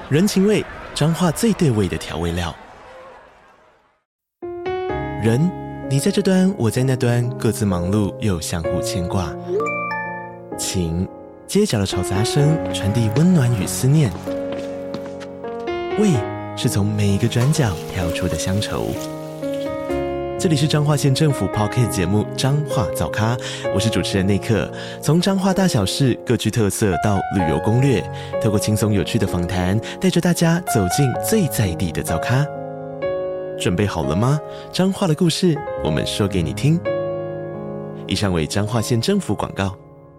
人情味，彰化最对味的调味料。人，你在这端，我在那端，各自忙碌又相互牵挂。情，街角的吵杂声传递温暖与思念。味，是从每一个转角跳出的乡愁。这里是彰化县政府 Podcast 节目《彰化早咖》，我是主持人内克。从彰化大小事各具特色到旅游攻略，透过轻松有趣的访谈，带着大家走进最在地的早咖。准备好了吗？彰化的故事，我们说给你听。以上为彰化县政府广告。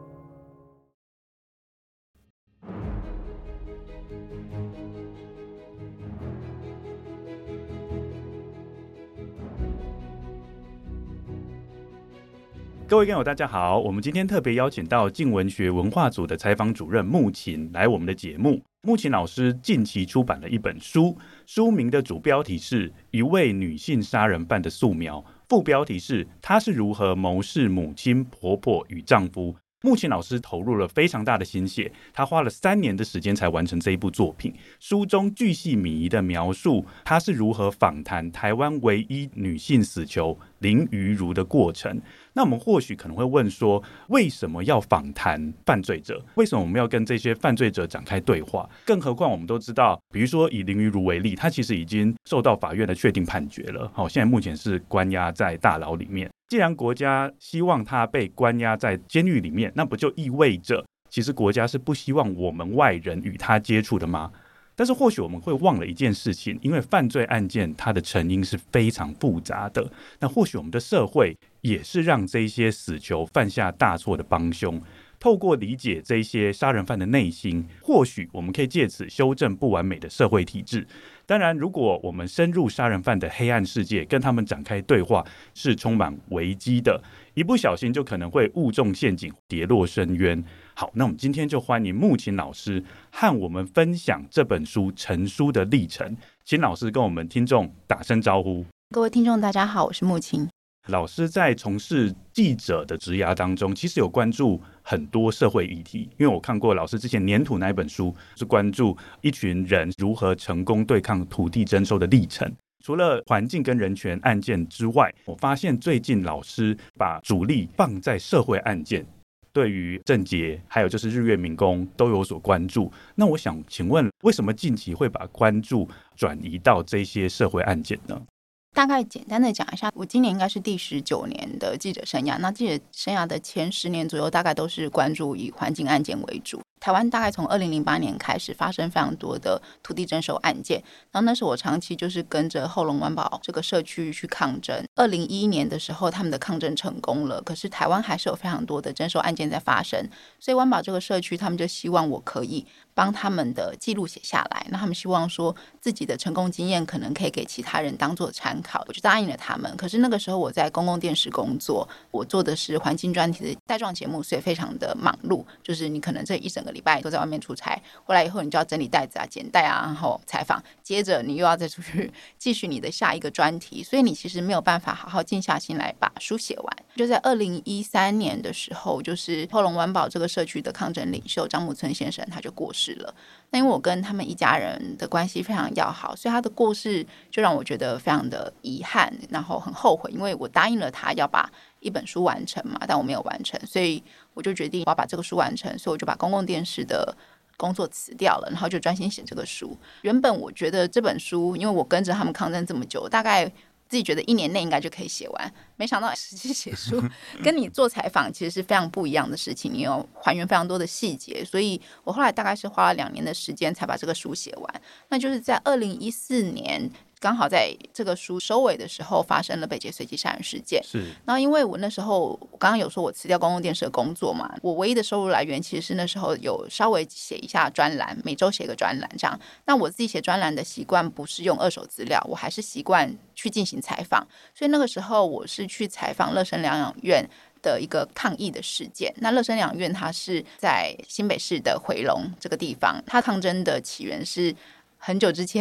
各位观众大家好，我们今天特别邀请到静文学文化组的采访主任穆琴来我们的节目。穆琴老师近期出版了一本书，书名的主标题是一位女性杀人犯的素描，副标题是她是如何谋视母亲、婆婆与丈夫。穆琴老师投入了非常大的心血，他花了3年的时间才完成这一部作品。书中巨细靡遗的描述他是如何访谈台湾唯一女性死囚林于如的过程。那我们或许可能会问说，为什么要访谈犯罪者？为什么我们要跟这些犯罪者展开对话？更何况我们都知道，比如说以林于如为例，他其实已经受到法院的确定判决了，现在目前是关押在大牢里面。既然国家希望他被关押在监狱里面，那不就意味着其实国家是不希望我们外人与他接触的吗？但是或许我们会忘了一件事情，因为犯罪案件它的成因是非常复杂的，那或许我们的社会也是让这些死囚犯下大错的帮凶。透过理解这些杀人犯的内心，或许我们可以借此修正不完美的社会体制。当然，如果我们深入杀人犯的黑暗世界，跟他们展开对话，是充满危机的，一不小心就可能会误中陷阱，跌落深渊。好，那我们今天就欢迎穆琴老师和我们分享这本书成书的历程。请老师跟我们听众打声招呼。 各位听众大家好，我是穆琴。 老师在从事记者的职涯当中，其实有关注很多社会议题，因为我看过老师之前《粘土》那一本书，是关注一群人如何成功对抗土地征收的历程。除了环境跟人权案件之外，我发现最近老师把主力放在社会案件，对于郑捷还有就是日月民工都有所关注。那我想请问，为什么近期会把关注转移到这些社会案件呢？ 大概简单的讲一下，我今年应该是第19年的记者生涯，那记者生涯的前10年左右大概都是关注以环境案件为主。台湾大概从2008年开始发生非常多的土地征收案件，然后那时候我长期就是跟着后龙湾堡这个社区去抗争。2011年的时候他们的抗争成功了，可是台湾还是有非常多的征收案件在发生，所以湾堡这个社区他们就希望我可以帮他们的记录写下来，那他们希望说自己的成功经验可能可以给其他人当做参考，我就答应了他们。可是那个时候我在公共电视工作，我做的是环境专题的带状节目，所以非常的忙碌，就是你可能这一整个礼拜都在外面出差，回来以后你就要整理袋子啊、剪袋啊，然后采访，接着你又要再出去继续你的下一个专题，所以你其实没有办法好好静下心来把书写完。就在2013年的时候，就是后龙湾堡这个社区的抗争领袖张木村先生他就过世了。那因为我跟他们一家人的关系非常要好，所以他的过世就让我觉得非常的遗憾，然后很后悔，因为我答应了他要把一本书完成嘛，但我没有完成，所以我就决定我要把这个书完成，所以我就把公共电视的工作辞掉了，然后就专心写这个书。原本我觉得这本书，因为我跟着他们抗争这么久，大概自己觉得1年内应该就可以写完，没想到实际写书跟你做采访其实是非常不一样的事情，你有还原非常多的细节，所以我后来大概是花了2年的时间才把这个书写完。那就是在2014年刚好在这个书收尾的时候发生了北捷随机杀人事件。 是， 然后因为我那时候我刚刚有说我辞掉公共电视的工作嘛，我唯一的收入来源其实是那时候有稍微写一下专栏，每周写一个专栏这样。那我自己写专栏的习惯不是用2手资料，我还是习惯去进行采访，所以那个时候我是去采访乐生疗养院的一个抗议的事件。那乐生疗养院它是在新北市的回龙这个地方，它抗争的起源是很久之前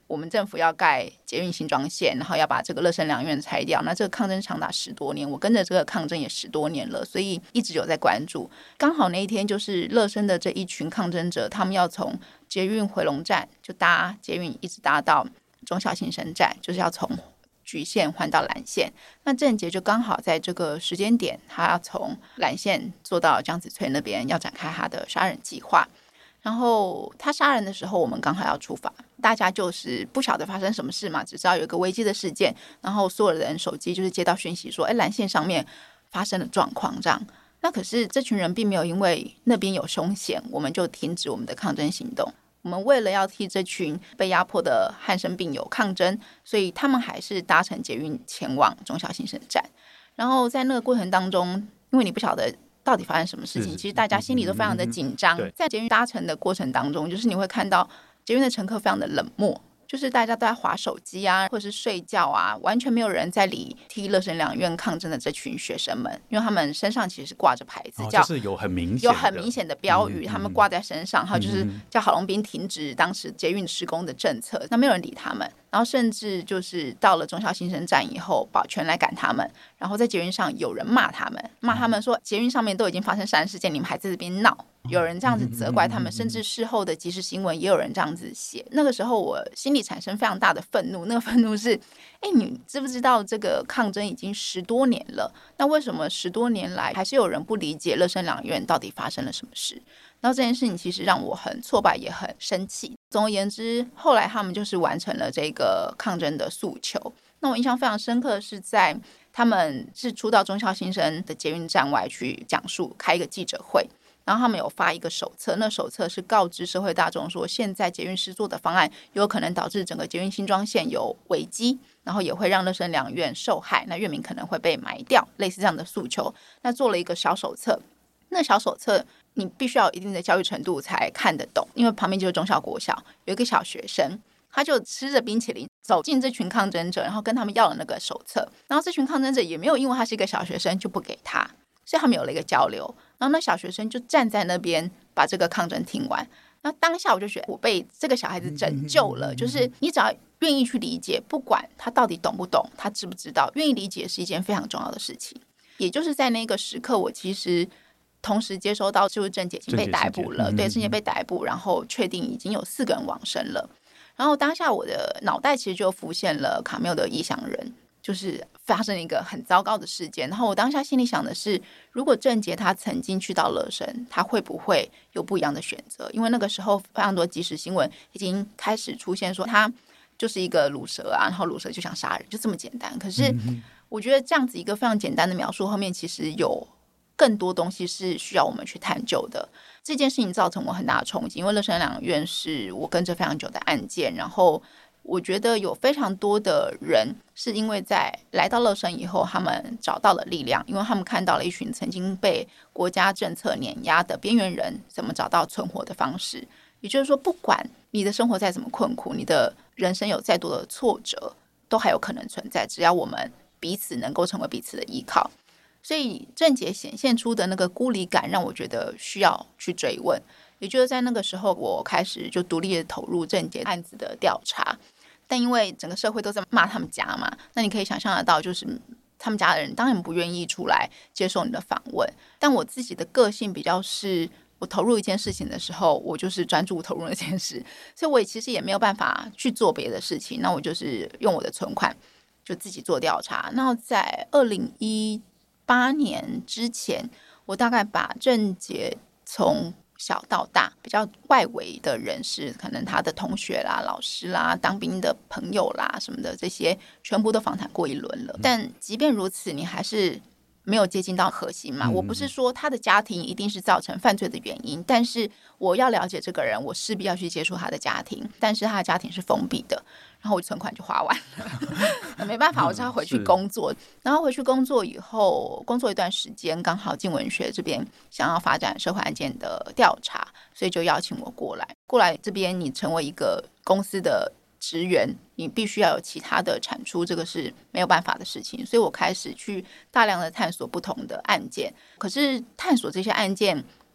我们政府要盖捷运新庄线，然后要把这个乐生良院拆掉，那这个抗争长达10多年，我跟着这个抗争也10多年了，所以一直有在关注。刚好那一天就是乐生的这一群抗争者，他们要从捷运回龙站就搭捷运一直搭到忠孝新生站，就是要从橘线换到蓝线。那郑捷就刚好在这个时间点，他要从蓝线坐到江子翠那边，要展开他的杀人计划。然后他杀人的时候，我们刚好要出发，大家就是不晓得发生什么事嘛，只知道有一个危机的事件，然后所有的人手机就是接到讯息说，蓝线上面发生了状况这样。那可是这群人并没有因为那边有凶险，我们就停止我们的抗争行动。我们为了要替这群被压迫的汉生病友抗争，所以他们还是搭乘捷运前往忠孝新生站。然后在那个过程当中，因为你不晓得到底发生什么事情，其实大家心里都非常的紧张。在捷运搭乘的过程当中，就是你会看到捷运的乘客非常的冷漠，就是大家都在滑手机啊，或者是睡觉啊，完全没有人在理替乐生良院抗争的这群学生们，因为他们身上其实是挂着牌子， 就是有很明显的标语，他们挂在身上，然后就是叫郝龙斌停止当时捷运施工的政策，那没有人理他们。然后甚至就是到了忠孝新生站以后，保全来赶他们，然后在捷运上有人骂他们说捷运上面都已经发生杀人事件，你们还在这边闹，有人这样子责怪他们，甚至事后的即时新闻也有人这样子写。那个时候我心里产生非常大的愤怒，那个愤怒是你知不知道这个抗争已经10多年了，那为什么10多年来还是有人不理解乐生良院到底发生了什么事？然后这件事情其实让我很挫败也很生气。总而言之，后来他们就是完成了这个抗争的诉求。那我印象非常深刻的是在他们是出到忠孝新生的捷运站外去讲述，开一个记者会，然后他们有发一个手册，那手册是告知社会大众说，现在捷运施作的方案有可能导致整个捷运新庄线有危机，然后也会让乐生良院受害，那院民可能会被埋掉，类似这样的诉求。那做了一个小手册，那小手册你必须要有一定的教育程度才看得懂，因为旁边就是忠孝国小，有一个小学生，他就吃着冰淇淋走进这群抗争者，然后跟他们要了那个手册，然后这群抗争者也没有因为他是一个小学生就不给他，所以他们有了一个交流。然后那小学生就站在那边把这个抗争听完，那当下我就觉得我被这个小孩子拯救了，就是你只要愿意去理解，不管他到底懂不懂，他知不知道，愿意理解是一件非常重要的事情。也就是在那个时刻，我其实同时接收到就是郑捷已经被逮捕了，对，郑捷被逮捕，然后确定已经有4个人往生了。然后当下我的脑袋其实就浮现了卡缪的《异乡人》，就是发生了一个很糟糕的事件。然后我当下心里想的是，如果郑捷他曾经去到乐生，他会不会有不一样的选择？因为那个时候非常多即时新闻已经开始出现说他就是一个鲁蛇啊，然后鲁蛇就想杀人，就这么简单。可是我觉得这样子一个非常简单的描述后面其实有更多东西是需要我们去探究的。这件事情造成我很大的冲击，因为乐生良院是我跟着非常久的案件，然后我觉得有非常多的人是因为在来到乐生以后，他们找到了力量，因为他们看到了一群曾经被国家政策碾压的边缘人怎么找到存活的方式。也就是说，不管你的生活再怎么困苦，你的人生有再多的挫折，都还有可能存在，只要我们彼此能够成为彼此的依靠。所以郑捷显现出的那个孤立感让我觉得需要去追问，也就是在那个时候我开始就独立的投入郑捷案子的调查。但因为整个社会都在骂他们家嘛，那你可以想象得到，就是他们家的人当然不愿意出来接受你的访问。但我自己的个性比较是，我投入一件事情的时候，我就是专注投入那件事，所以我其实也没有办法去做别的事情，那我就是用我的存款就自己做调查。那在2018年之前，我大概把郑捷从小到大比较外围的人士，可能他的同学啦、老师啦、当兵的朋友啦什么的，这些全部都访谈过一轮了。但即便如此，你还是没有接近到核心嘛。我不是说他的家庭一定是造成犯罪的原因，但是我要了解这个人，我势必要去接触他的家庭，但是他的家庭是封闭的，然后我存款就花完了没办法，我只好回去工作。然后回去工作以后，工作一段时间，刚好静文学这边想要发展社会案件的调查，所以就邀请我过来这边。你成为一个公司的职员，你必须要有其他的产出，这个是没有办法的事情。所以我开始去大量的探索不同的案件，可是探索这些案件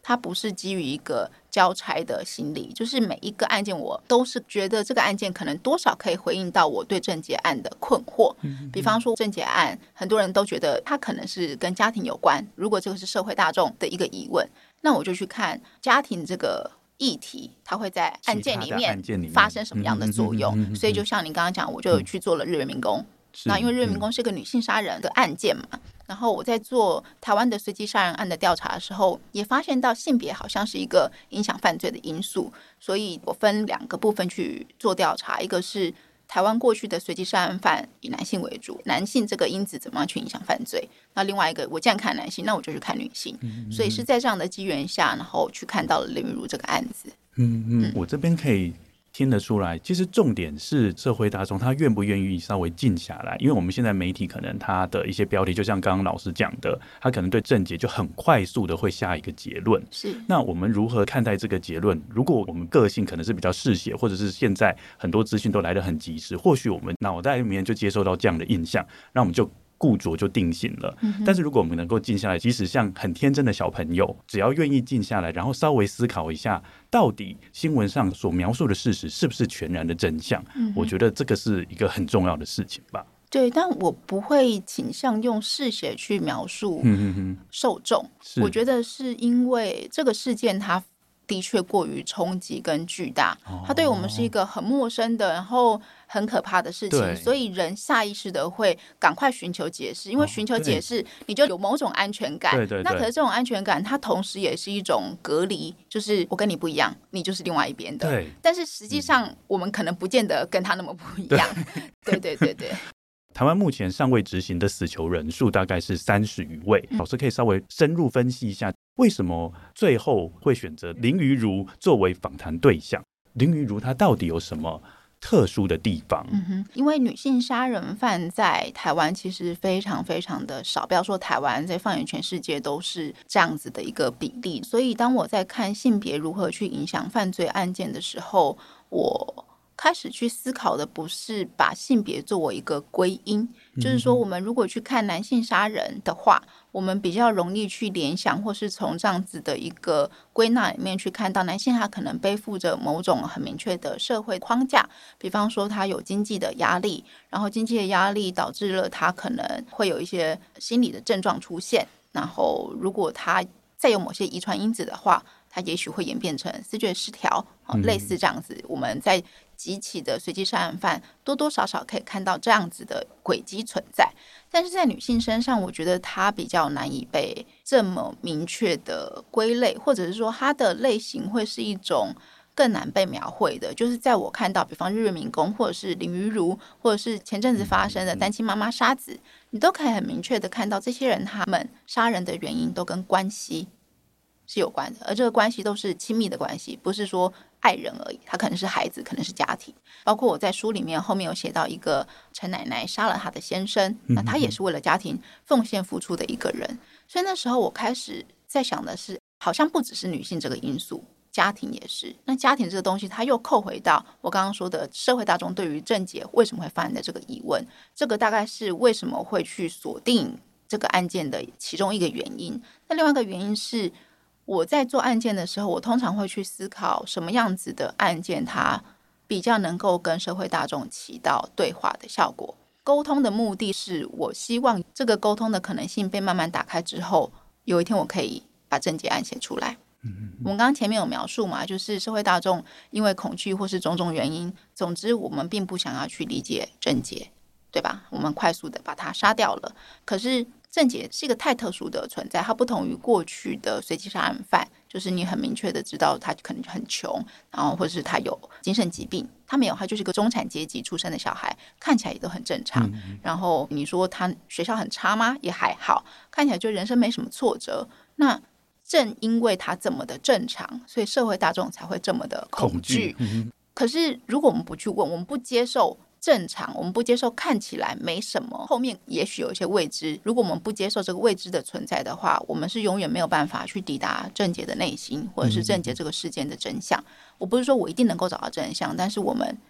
它不是基于一个交差的心理，就是每一个案件我都是觉得这个案件可能多少可以回应到我对郑捷案的困惑。比方说郑捷案，很多人都觉得它可能是跟家庭有关，如果这个是社会大众的一个疑问，那我就去看家庭这个议题它会在案件里面发生什么样的作用。所以就像你刚刚讲，我就去做了日月民工。那因为日月民工是个女性杀人的案件嘛，然后我在做台湾的随机杀人案的调查的时候，也发现到性别好像是一个影响犯罪的因素，所以我分2个部分去做调查，一个是台湾过去的随机杀人犯以男性为主，男性这个因子怎么样去影响犯罪，那另外一个我既然看男性，那我就去看女性，所以是在这样的机缘下，然后去看到了林云如这个案子。 我这边可以听得出来，其实重点是社会大众他愿不愿意稍微静下来，因为我们现在媒体可能他的一些标题就像刚刚老师讲的，他可能对郑捷就很快速的会下一个结论。 是，那我们如何看待这个结论？如果我们个性可能是比较嗜血，或者是现在很多资讯都来得很及时，或许我们脑袋里面就接收到这样的印象，那我们就固着就定型了。但是如果我们能够静下来，即使像很天真的小朋友，只要愿意静下来，然后稍微思考一下，到底新闻上所描述的事实是不是全然的真相，我觉得这个是一个很重要的事情吧。 对，但我不会倾向用嗜血去描述受众。我觉得是因为这个事件它的确过于冲击跟巨大，它对我们是一个很陌生的，然后很可怕的事情，所以人下意识的会赶快寻求解释，因为寻求解释你就有某种安全感。那可是这种安全感它同时也是一种隔离，就是我跟你不一样，你就是另外一边的。但是实际上我们可能不见得跟他那么不一样。对台湾目前尚未执行的死囚人数大概是30余位，老师可以稍微深入分析一下，为什么最后会选择林于如作为访谈对象？林于如她到底有什么特殊的地方？ 因为女性杀人犯在台湾其实非常非常的少，不要说台湾，在放眼全世界都是这样子的一个比例。所以当我在看性别如何去影响犯罪案件的时候，我开始去思考的不是把性别作为一个归因，就是说我们如果去看男性杀人的话，我们比较容易去联想，或是从这样子的一个归纳里面去看到男性他可能背负着某种很明确的社会框架，比方说他有经济的压力，然后经济的压力导致了他可能会有一些心理的症状出现，然后如果他再有某些遗传因子的话，它也许会演变成思觉失调，类似这样子。我们在几起的随机杀人犯多多少少可以看到这样子的轨迹存在，但是在女性身上，我觉得她比较难以被这么明确的归类，或者是说她的类型会是一种更难被描绘的。就是在我看到比方日月民工，或者是林于如，或者是前阵子发生的单亲妈妈杀子，你都可以很明确的看到这些人他们杀人的原因都跟关系是有关的，而这个关系都是亲密的关系，不是说爱人而已，他可能是孩子，可能是家庭。包括我在书里面后面有写到一个陈奶奶杀了她的先生，那她也是为了家庭奉献付出的一个人。所以那时候我开始在想的是，好像不只是女性这个因素，家庭也是。那家庭这个东西，它又扣回到我刚刚说的社会大众对于郑捷为什么会犯的这个疑问，这个大概是为什么会去锁定这个案件的其中一个原因。那另外一个原因是，我在做案件的时候，我通常会去思考什么样子的案件它比较能够跟社会大众起到对话的效果。沟通的目的是我希望这个沟通的可能性被慢慢打开之后，有一天我可以把郑捷案写出来。我们刚刚前面有描述嘛，就是社会大众因为恐惧或是种种原因，总之我们并不想要去理解郑捷，对吧？我们快速的把他杀掉了。可是郑捷是一个太特殊的存在，它不同于过去的随机杀人犯，就是你很明确的知道他可能很穷，然后或者是他有精神疾病，他没有，他就是一个中产阶级出身的小孩，看起来也都很正常。然后你说他学校很差吗？也还好，看起来就人生没什么挫折。那正因为他这么的正常，所以社会大众才会这么的恐惧。可是如果我们不去问，我们不接受正常，我们不接受看起来没什么，后面也许有一些未知，如果我们不接受这个未知的存在的话，我们是永远没有办法去抵达郑捷的内心，或者是郑捷这个事件的真相。我不是说我一定能够找到真相，但是我们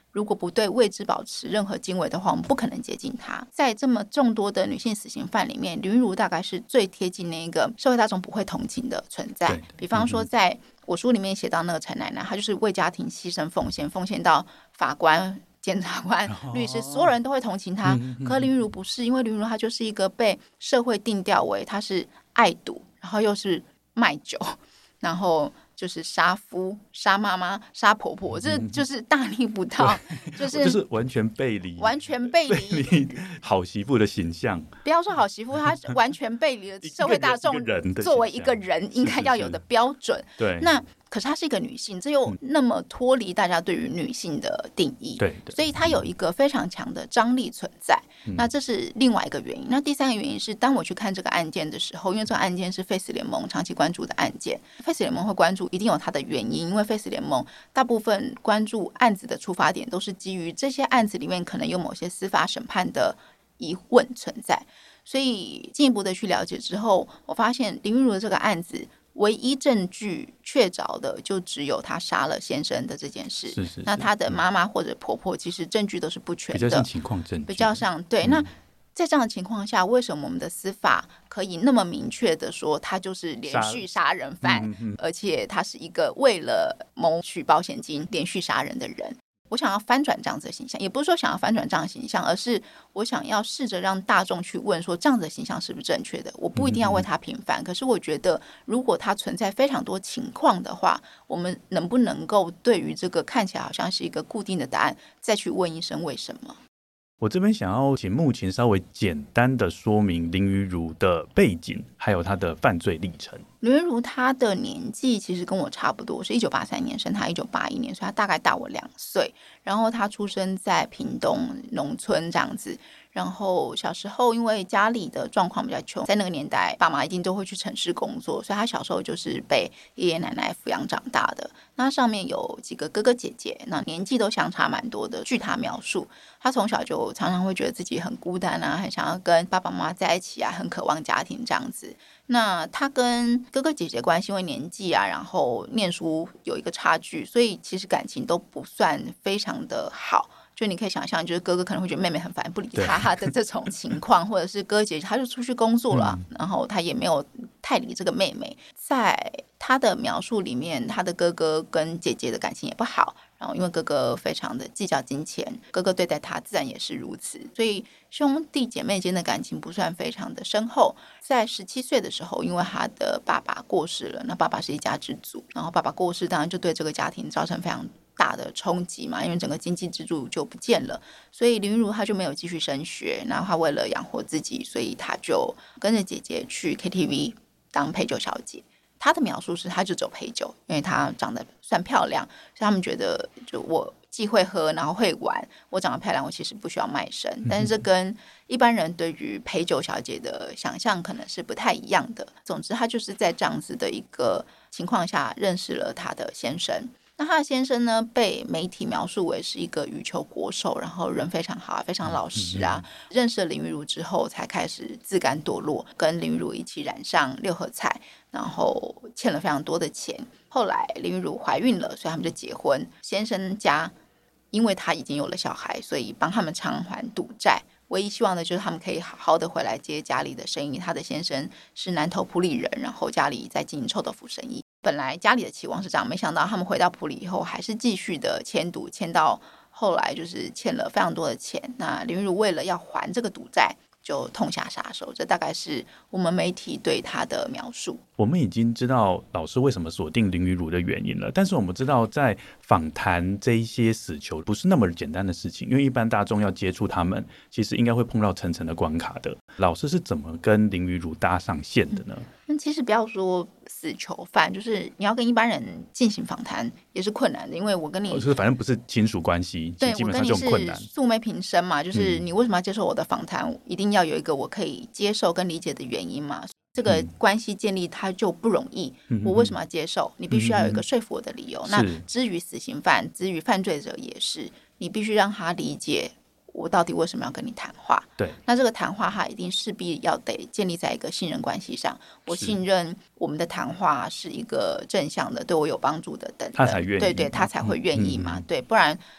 如果不对未知保持任何经纬的话，我们不可能接近他。在这么众多的女性死刑犯里面，林云如大概是最贴近那个社会大众不会同情的存在。比方说在我书里面写到那个陈奶奶，她就是为家庭牺牲奉献到法官、检察官、律师，所有人都会同情她。可林云如不是，因为林云如她就是一个被社会定调为她是爱赌，然后又是卖酒，然后就是杀夫、杀妈妈、杀婆婆，这就是大逆不道， 就是完全背离好媳妇的形象。 不要说好媳妇，她完全背离了社会大众作为一个人应该要有的标准。 对， 那可是她是一个女性，这又那么脱离大家对于女性的定义， 对， 所以她有一个非常强的张力存在。那这是另外一个原因。那第三个原因是，当我去看这个案件的时候，因为这个案件是 Face 联盟长期关注的案件 ，Face 联盟会关注一定有它的原因，因为 Face 联盟大部分关注案子的出发点都是基于这些案子里面可能有某些司法审判的疑问存在，所以进一步的去了解之后，我发现林云如的这个案子唯一证据确凿的就只有她杀了先生的这件事。 是那她的妈妈或者婆婆其实证据都是不全的， 比较像情况证据， 比较像对。那在这样的情况下，为什么我们的司法可以那么明确的说他就是连续杀人犯，而且他是一个为了谋取保险金连续杀人的人？我想要翻转这样子的形象，也不是说想要翻转这样的形象，而是我想要试着让大众去问说这样子的形象是不是正确的。我不一定要为他平反，可是我觉得如果他存在非常多情况的话，我们能不能够对于这个看起来好像是一个固定的答案，再去问一声为什么？ 我这边想要请慕情稍微简单的说明林于如的背景，还有她的犯罪历程。 林云如她的年纪其实跟我差不多，是1983年生，她1981年，所以她大概大我2岁。然后她出生在屏东农村这样子。然后小时候因为家里的状况比较穷，在那个年代爸妈一定都会去城市工作，所以她小时候就是被爷爷奶奶抚养长大的。那上面有几个哥哥姐姐，那年纪都相差蛮多的。据她描述，她从小就常常会觉得自己很孤单啊，很想要跟爸爸妈妈在一起啊，很渴望家庭这样子。那他跟哥哥姐姐关系因为年纪啊，然后念书有一个差距，所以其实感情都不算非常的好。就你可以想象，就是哥哥可能会觉得妹妹很烦，不理他的这种情况，或者是哥姐他就出去工作了，然后他也没有太理这个妹妹。在他的描述里面，他的哥哥跟姐姐的感情也不好，然后因为哥哥非常的计较金钱，哥哥对待他自然也是如此，所以兄弟姐妹间的感情不算非常的深厚。在17岁的时候，因为他的爸爸过世了，那爸爸是一家之主，然后爸爸过世当然就对这个家庭造成非常大的冲击嘛，因为整个经济支柱就不见了，所以林云如她就没有继续升学，然后她为了养活自己，所以她就跟着姐姐去 KTV 当陪酒小姐。她的描述是她就走陪酒，因为她长得算漂亮，所以他们觉得就我既会喝然后会玩，我长得漂亮我其实不需要卖身，但是这跟一般人对于陪酒小姐的想象可能是不太一样的。总之她就是在这样子的一个情况下认识了她的先生。那他的先生呢，被媒体描述为是一个羽球国手，然后人非常好啊，非常老实啊。认识了林云如之后，才开始自甘堕落，跟林云如一起染上六合彩，然后欠了非常多的钱。后来林云如怀孕了，所以他们就结婚。先生家因为他已经有了小孩，所以帮他们偿还赌债。唯一希望的就是他们可以好好的回来接家里的生意。他的先生是南投埔里人，然后家里在经营臭豆腐生意。本来家里的期望是这样，没想到他们回到埔里以后还是继续的签赌，签到后来就是欠了非常多的钱。那林云如为了要还这个赌债，就痛下杀手。这大概是我们媒体对他的描述。 我们已经知道老师为什么锁定林于如的原因了，但是我们知道在访谈这一些死囚不是那么简单的事情，因为一般大众要接触他们，其实应该会碰到层层的关卡的。老师是怎么跟林于如搭上线的呢？ 其实不要说死囚犯，就是你要跟一般人进行访谈也是困难的，因为我跟你就是反正不是亲属关系， 对， 基本上就很困难。 我跟你是素昧平生嘛，就是你为什么要接受我的访谈，一定要有一个我可以接受跟理解的原因嘛。这个关系建立它就不容易，我为什么要接受？你必须要有一个说服我的理由。那至于死刑犯，至于犯罪者也是，你必须让他理解我到底为什么要跟你谈话。 对， 那这个谈话它一定势必要得建立在一个信任关系上，我信任我们的谈话是一个正向的，对我有帮助的等等， 他才愿意， 对，他才会愿意嘛。对，不然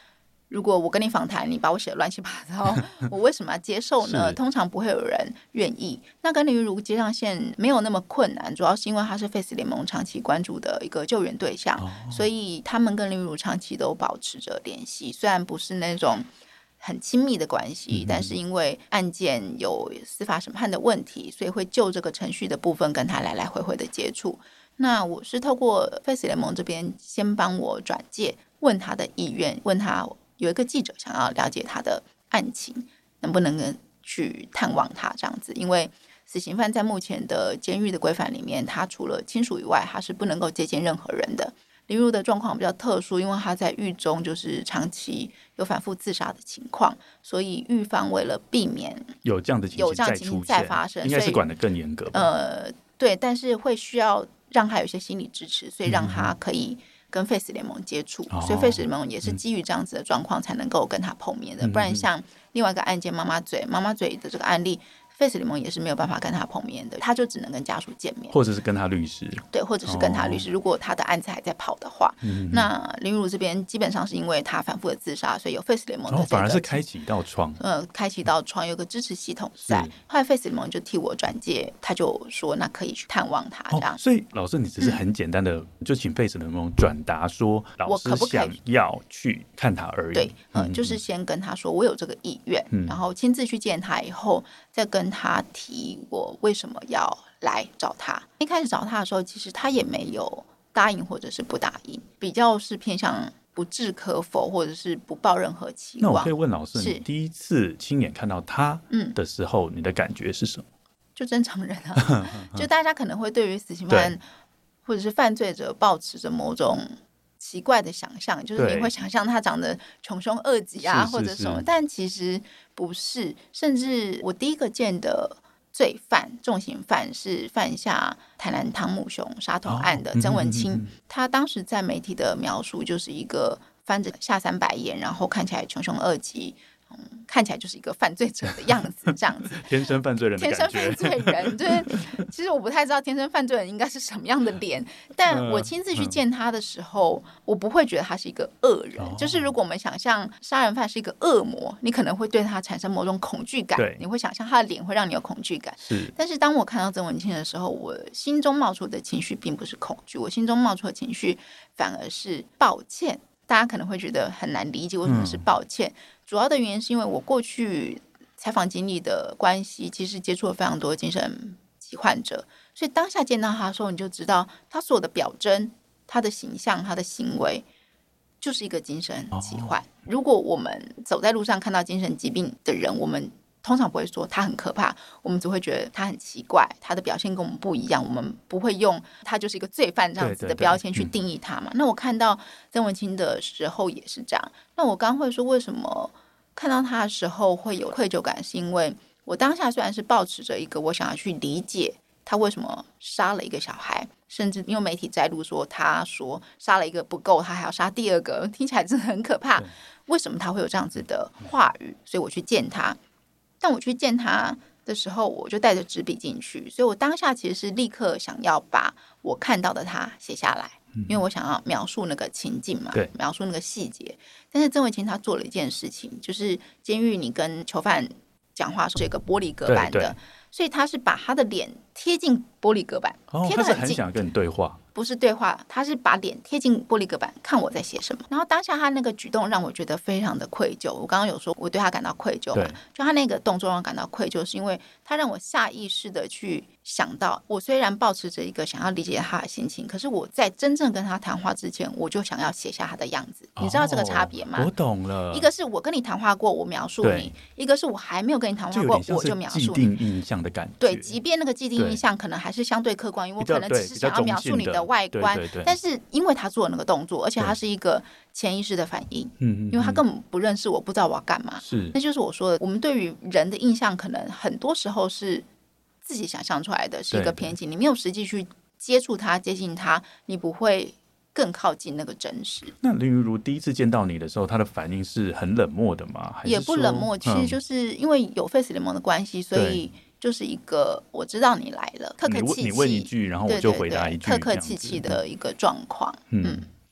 如果我跟你访谈，你把我写的乱七八糟，我为什么要接受呢？通常不会有人愿意。那跟林育如接上线没有那么困难，主要是因为他是 Face 联盟长期关注的一个救援对象，所以他们跟林育如长期都保持着联系，虽然不是那种很亲密的关系，但是因为案件有司法审判的问题，所以会就这个程序的部分跟他来来回回的接触。那我是透过 Face 联盟这边先帮我转介，问他的意愿，问他有一个记者想要了解他的案情，能不能去探望他这样子。因为死刑犯在目前的监狱的规范里面，他除了亲属以外，他是不能够接见任何人的。林育如的状况比较特殊，因为他在狱中就是长期有反复自杀的情况，所以狱方为了避免有这样的情形再发生， 应该是管得更严格吧。 对，但是会需要让他有一些心理支持，所以让他可以跟 Face 联盟接触，所以 Face 联盟也是基于这样子的状况才能够跟他碰面的，不然像另外一个案件妈妈嘴的这个案例，Face 联盟也是没有办法跟他碰面的，他就只能跟家属见面， 或者是跟他律师， 对，或者是跟他律师。如果他的案子还在跑的话，那林育如这边基本上是因为他反复的自杀，所以有 Face 联盟的反而是开启一道窗， 开启一道窗，有个支持系统在。后来 Face 联盟就替我转介，他就说那可以去探望他这样。 所以老师，你只是很简单的就请 Face 联盟转达说，老师想要去看他而已。 对，就是先跟他说我有这个意愿，然后亲自去见他以后，再跟他提我为什么要来找他。一开始找他的时候，其实他也没有答应或者是不答应，比较是偏向不置可否或者是不抱任何期望。 那我可以问老师，你第一次亲眼看到他的时候，你的感觉是什么？ 就正常人啊，就大家可能会对于死刑犯或者是犯罪者抱持着某种奇怪的想象，就是你会想象他长得穷凶恶极啊，或者什么，但其实不是。甚至我第一个见的罪犯重刑犯是犯下台南汤姆熊杀头案的曾文清，他当时在媒体的描述就是一个翻着下三白眼，然后看起来穷凶恶极，看起来就是一个犯罪者的样子，这样子天生犯罪人的感觉， 天生犯罪人。对，其实我不太知道天生犯罪人应该是什么样的脸，但我亲自去见他的时候，我不会觉得他是一个恶人。就是如果我们想象杀人犯是一个恶魔，你可能会对他产生某种恐惧感，你会想象他的脸会让你有恐惧感。但是当我看到曾文清的时候，我心中冒出的情绪并不是恐惧，我心中冒出的情绪反而是抱歉。大家可能会觉得很难理解为什么是抱歉，主要的原因是因为我过去采访经历的关系，其实接触了非常多精神疾患者，所以当下见到他的时候，你就知道他所有的表征、他的形象、他的行为就是一个精神疾患。如果我们走在路上看到精神疾病的人，我们通常不会说他很可怕，我们只会觉得他很奇怪，他的表现跟我们不一样，我们不会用他就是一个罪犯这样子的标签去定义他嘛。那我看到曾文清的时候也是这样。那我刚会说为什么看到他的时候会有愧疚感，是因为我当下虽然是抱持着一个我想要去理解他为什么杀了一个小孩，甚至因为媒体摘录说他说杀了一个不够，他还要杀第二个，听起来真的很可怕，为什么他会有这样子的话语，所以我去见他。但我去见他的时候，我就带着纸笔进去，所以我当下其实是立刻想要把我看到的他写下来，因为我想要描述那个情境嘛，描述那个细节。但是曾文清他做了一件事情，就是监狱你跟囚犯讲话是这个玻璃隔板的，所以他是把他的脸贴近玻璃隔板，贴得很近，他是很想跟你对话。 不是对话，他是把脸贴近玻璃隔板看我在写什么。然后当下他那个举动让我觉得非常的愧疚，我刚刚有说我对他感到愧疚嘛，就他那个动作让我感到愧疚，是因为他让我下意识的去想到，我虽然抱持着一个想要理解他的心情，可是我在真正跟他谈话之前，我就想要写下他的样子。你知道这个差别吗？ 我懂了。 一个是我跟你谈话过，我描述你；一个是我还没有跟你谈话过，我就描述你。 既定印象的感觉。 对，即便那个既定印象可能还是相对客观，因为我可能只是想要描述你的外观，但是因为他做了那个动作，而且他是一个潜意识的反应，因为他根本不认识我，不知道我要干嘛。那就是我说的，我们对于人的印象可能很多时候是自己想象出来的，是一个偏见，你没有实际去接触他、接近他，你不会更靠近那个真实。 那林育如第一次见到你的时候，他的反应是很冷漠的吗？还是也不冷漠，其实就是因为有 Face 联盟的关系，所以就是一个我知道你来了，客客气气， 你问一句，然后我就回答一句， 客客气气的一个状况。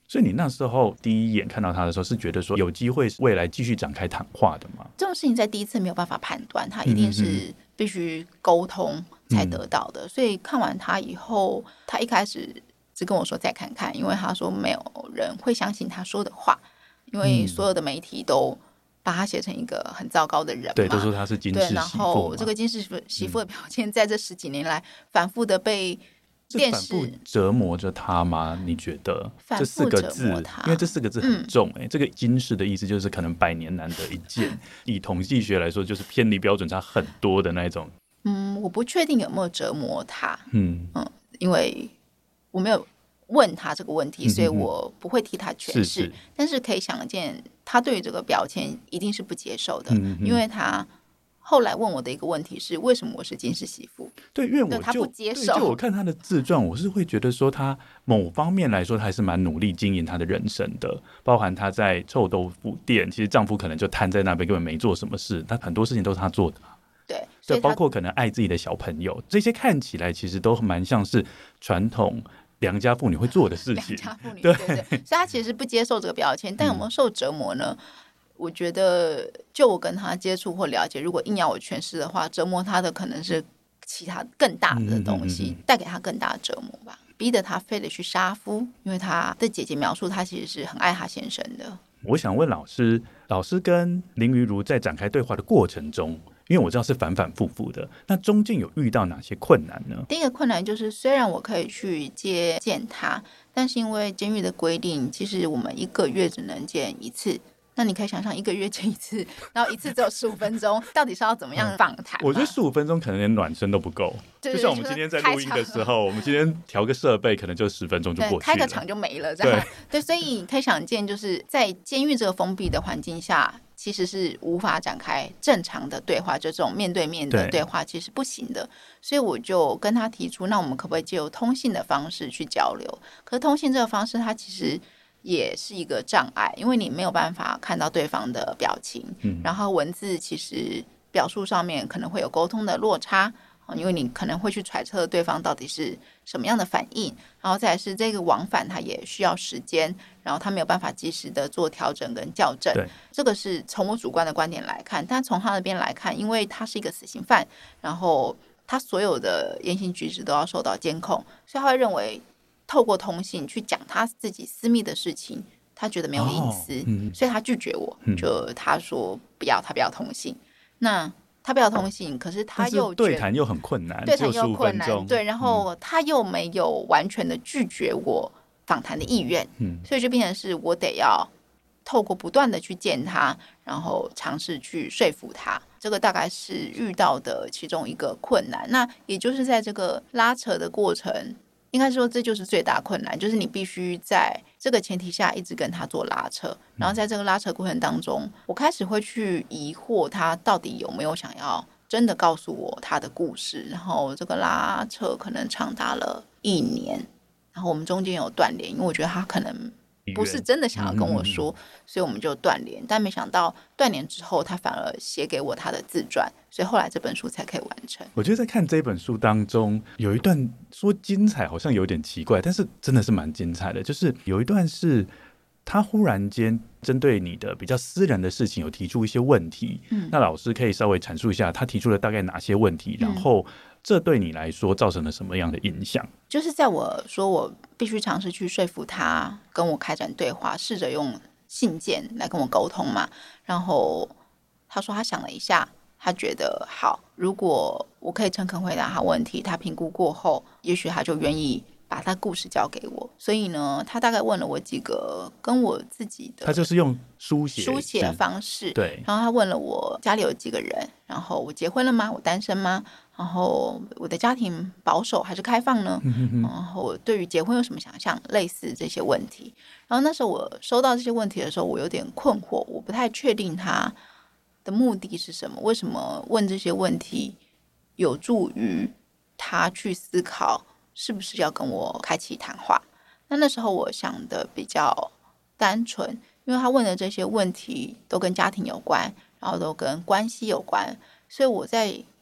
所以你那时候第一眼看到他的时候，是觉得说有机会未来继续展开谈话的吗？ 这种事情在第一次没有办法判断，他一定是必须沟通才得到的。所以看完他以后，他一开始只跟我说再看看，因为他说没有人会相信他说的话，因为所有的媒体都把他写成一个很糟糕的人嘛， 对，都说他是金氏媳妇嘛。 然后这个金氏媳妇的表现，在这10几年来反复的被电视是反复折磨着他吗？你觉得这4个字，因为这4个字很重这个金氏的意思就是可能100年难得一见，以统计学来说，就是偏离标准差很多的那种。 我不确定有没有折磨他，因为我没有问他这个问题，所以我不会替他诠释。但是可以想见，他对于这个标签一定是不接受的，因为他后来问我的一个问题是，为什么我是金氏媳妇？ 对，因为他不接受。 就我看他的自传，我是会觉得说，他某方面来说，他还是蛮努力经营他的人生的，包含他在臭豆腐店，其实丈夫可能就瘫在那边，根本没做什么事，他很多事情都是他做的。 对， 所以包括可能爱自己的小朋友，这些看起来其实都蛮像是传统良家妇女会做的事情。 良家妇女，对，所以他其实不接受这个标签，但有没有受折磨呢？我觉得，就我跟他接触或了解，如果硬要我诠释的话，折磨他的可能是其他更大的东西，带给他更大的折磨吧，逼得他非得去杀夫，因为他的姐姐描述他其实是很爱他先生的。 我想问老师跟林于如在展开对话的过程中，因为我知道是反反复复的，那中间有遇到哪些困难呢？ 第一个困难就是，虽然我可以去接见他，但是因为监狱的规定，其实我们1个月只能见1次。那你可以想象1个月见1次，然后1次只有15分钟，到底是要怎么样访谈？ 我觉得15分钟可能连暖身都不够。就像我们今天在录音的时候，我们今天调个设备，可能就10分钟就过去了， 开个场就没了，这样。对，所以你可以想见，就是在监狱这个封闭的环境下，其实是无法展开正常的对话，就这种面对面的对话其实不行的。所以我就跟他提出，那我们可不可以借由通信的方式去交流？可是通信这个方式，它其实也是一个障碍，因为你没有办法看到对方的表情，然后文字其实表述上面可能会有沟通的落差，因为你可能会去揣测对方到底是什么样的反应，然后再来是这个往返它也需要时间，然后他没有办法及时的做调整跟校正。这个是从我主观的观点来看，但从他那边来看，因为他是一个死刑犯，然后他所有的言行举止都要受到监控，所以他会认为透过通信去讲他自己私密的事情，他觉得没有隐私，所以他拒绝我，就他说不要，他不要通信。那他不要通信，可是他又对谈又很困难， 对谈又困难，对，然后他又没有完全的拒绝我访谈的意愿，所以就变成是我得要透过不断的去见他，然后尝试去说服他。这个大概是遇到的其中一个困难。那也就是在这个拉扯的过程，应该说这就是最大困难，就是你必须在这个前提下一直跟他做拉扯，然后在这个拉扯过程当中，我开始会去疑惑他到底有没有想要真的告诉我他的故事。然后这个拉扯可能长达了1年，然后我们中间有断联，因为我觉得他可能不是真的想要跟我说，所以我们就断联。但没想到断联之后，他反而写给我他的自传，所以后来这本书才可以完成。 我觉得在看这本书当中，有一段说精彩好像有点奇怪，但是真的是蛮精彩的。就是有一段是他忽然间针对你的比较私人的事情有提出一些问题，那老师可以稍微阐述一下他提出了大概哪些问题，然后这对你来说造成了什么样的影响？ 就是在我说我必须尝试去说服他跟我开展对话，试着用信件来跟我沟通嘛。然后他说他想了一下，他觉得好，如果我可以诚恳回答他问题，他评估过后，也许他就愿意把他故事交给我。所以呢，他大概问了我几个跟我自己的， 他就是用书写的方式， 对。 然后他问了我家里有几个人，然后我结婚了吗？我单身吗？然后我的家庭保守还是开放呢？然后我对于结婚有什么想象？类似这些问题。然后那时候我收到这些问题的时候，我有点困惑，我不太确定他的目的是什么，为什么问这些问题有助于他去思考是不是要跟我开启谈话。那时候我想的比较单纯，因为他问的这些问题都跟家庭有关，然后都跟关系有关，所以我在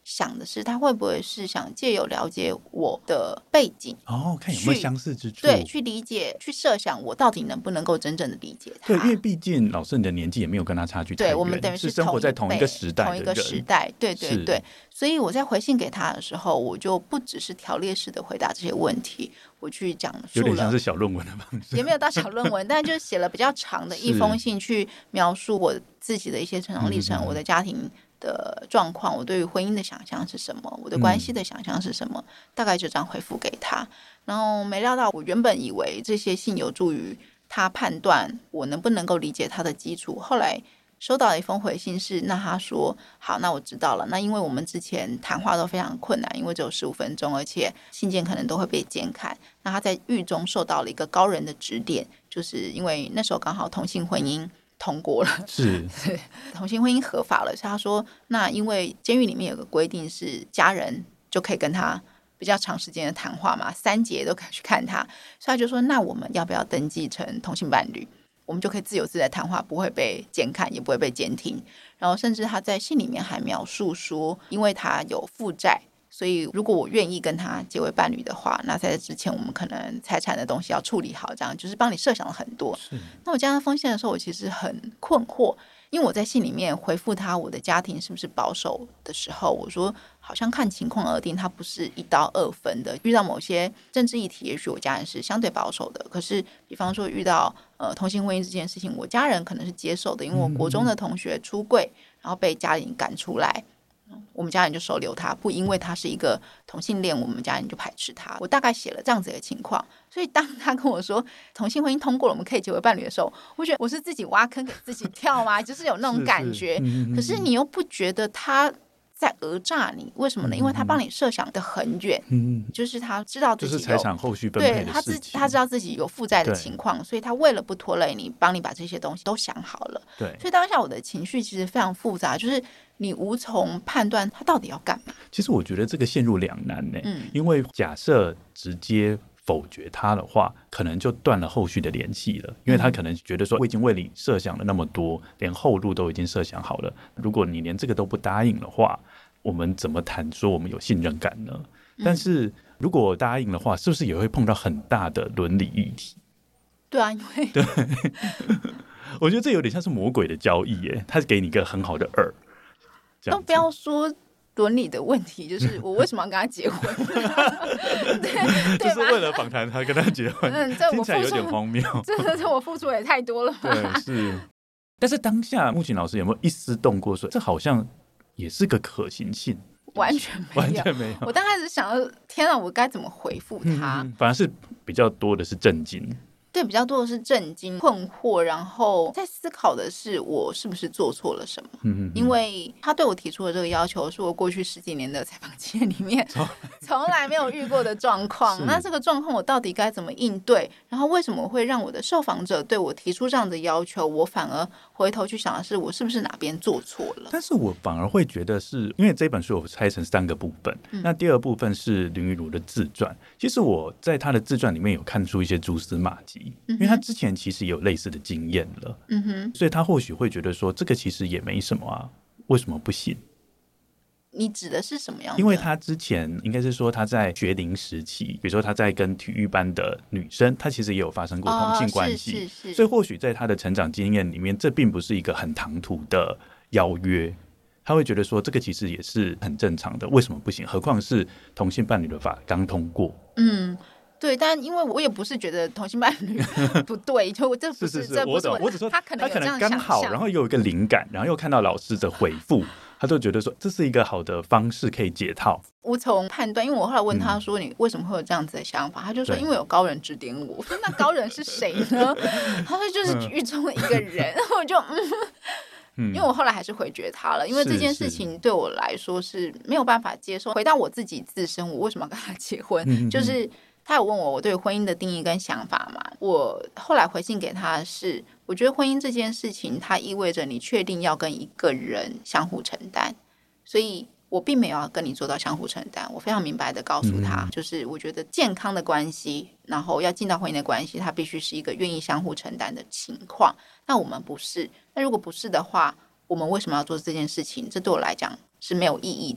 想的是他会不会是想借由了解我的背景看有没有相似之处， 对，去理解去设想我到底能不能够真正的理解他。 对，因为毕竟老师你的年纪也没有跟他差距太远， 对，我们等于是生活在同一个时代的人， 同一个时代，对对对。所以我在回信给他的时候，我就不只是条列式的回答这些问题，我去讲述了， 有点像是小论文的方式， 也没有到小论文，但就写了比较长的一封信，去描述我自己的一些成长历程，我的家庭的状况，我对于婚姻的想象是什么，我的关系的想象是什么，大概就这样回复给他。然后没料到，我原本以为这些信有助于他判断我能不能够理解他的基础，后来收到了一封回信是，那他说好，那我知道了，那因为我们之前谈话都非常困难，因为只有15分钟，而且信件可能都会被监看，那他在狱中受到了一个高人的指点，就是因为那时候刚好同性婚姻通过了， 是同性婚姻合法了，所以他说那因为监狱里面有个规定是家人就可以跟他比较长时间的谈话嘛，3节都可以去看他，所以他就说那我们要不要登记成同性伴侣，我们就可以自由自在谈话，不会被监看也不会被监听。然后甚至他在信里面还描述说，因为他有负债，所以如果我愿意跟他结为伴侣的话，那在这之前我们可能财产的东西要处理好，这样就是帮你设想了很多。那我接到那封信的时候，我其实很困惑，因为我在信里面回复他我的家庭是不是保守的时候，我说好像看情况而定，它不是1刀2分的。遇到某些政治议题，也许我家人是相对保守的，可是比方说遇到同性婚姻这件事情，我家人可能是接受的，因为我国中的同学出柜，然后被家里赶出来，我们家人就收留他，不因为他是一个同性恋，我们家人就排斥他。我大概写了这样子的情况，所以当他跟我说同性婚姻通过了，我们可以结为伴侣的时候，我觉得我是自己挖坑给自己跳吗？就是有那种感觉。可是你又不觉得他在讹诈你，为什么呢？因为他帮你设想的很远，就是他知道自己有就是财产后续分配的事情， 他知道自己有负债的情况，所以他为了不拖累你，帮你把这些东西都想好了。 对， 所以当下我的情绪其实非常复杂，就是你无从判断他到底要干嘛。 其实我觉得这个陷入两难呢，因为假设直接否决他的话，可能就断了后续的联系了，因为他可能觉得说，我已经为你设想了那么多，连后路都已经设想好了，如果你连这个都不答应的话，我们怎么谈说我们有信任感呢？但是如果答应的话，是不是也会碰到很大的伦理议题？ 对啊，因为对我觉得这有点像是魔鬼的交易耶，他给你一个很好的饵， 都不要说伦理的问题，就是我为什么要跟他结婚？对， 就是为了访谈他跟他结婚，听起来有点荒谬。 这我付出也太多了吧？ 对，是。但是当下木琴老师有没有一丝动过说，这好像也是个可行性？ 完全没有， 完全没有。 我刚开始想到，天啊，我该怎么回复他？ 反而是比较多的是震惊。 对，比较多的是震惊、困惑，然后在思考的是我是不是做错了什么。因为他对我提出的这个要求是我过去10几年的采访经验里面从来没有遇过的状况。那这个状况我到底该怎么应对？然后为什么会让我的受访者对我提出这样的要求，我反而回头去想的是我是不是哪边做错了？ 但是我反而会觉得是因为这本书我拆成3个部分，那第2部分是林育如的自传。其实我在他的自传里面有看出一些蛛丝马迹，因为他之前其实有类似的经验了，所以他或许会觉得说这个其实也没什么啊，为什么不行？ 你指的是什么样的？ 因为他之前应该是说他在学龄时期，比如说他在跟体育班的女生，他其实也有发生过同性关系，所以或许在他的成长经验里面，这并不是一个很唐突的邀约，他会觉得说这个其实也是很正常的，为什么不行？何况是同性伴侣的法刚通过。 对，但因为我也不是觉得同性伴侣不对，就这不是这不是我只说他可能刚好，然后有一个灵感，然后又看到老师的回复，他就觉得说这是一个好的方式可以解套。 无从判断，因为我后来问他说你为什么会有这样子的想法，他就说因为有高人指点我。我说那高人是谁呢？他说就是狱中的一个人。我就因为我后来还是回绝他了，因为这件事情对我来说是没有办法接受。回到我自己自身，我为什么要跟他结婚？就是他有问我对婚姻的定义跟想法嘛，我后来回信给他是，我觉得婚姻这件事情它意味着你确定要跟一个人相互承担，所以我并没有要跟你做到相互承担。我非常明白的告诉他，就是我觉得健康的关系，然后要进到婚姻的关系，它必须是一个愿意相互承担的情况。那我们不是，那如果不是的话，我们为什么要做这件事情？这对我来讲是没有意义的。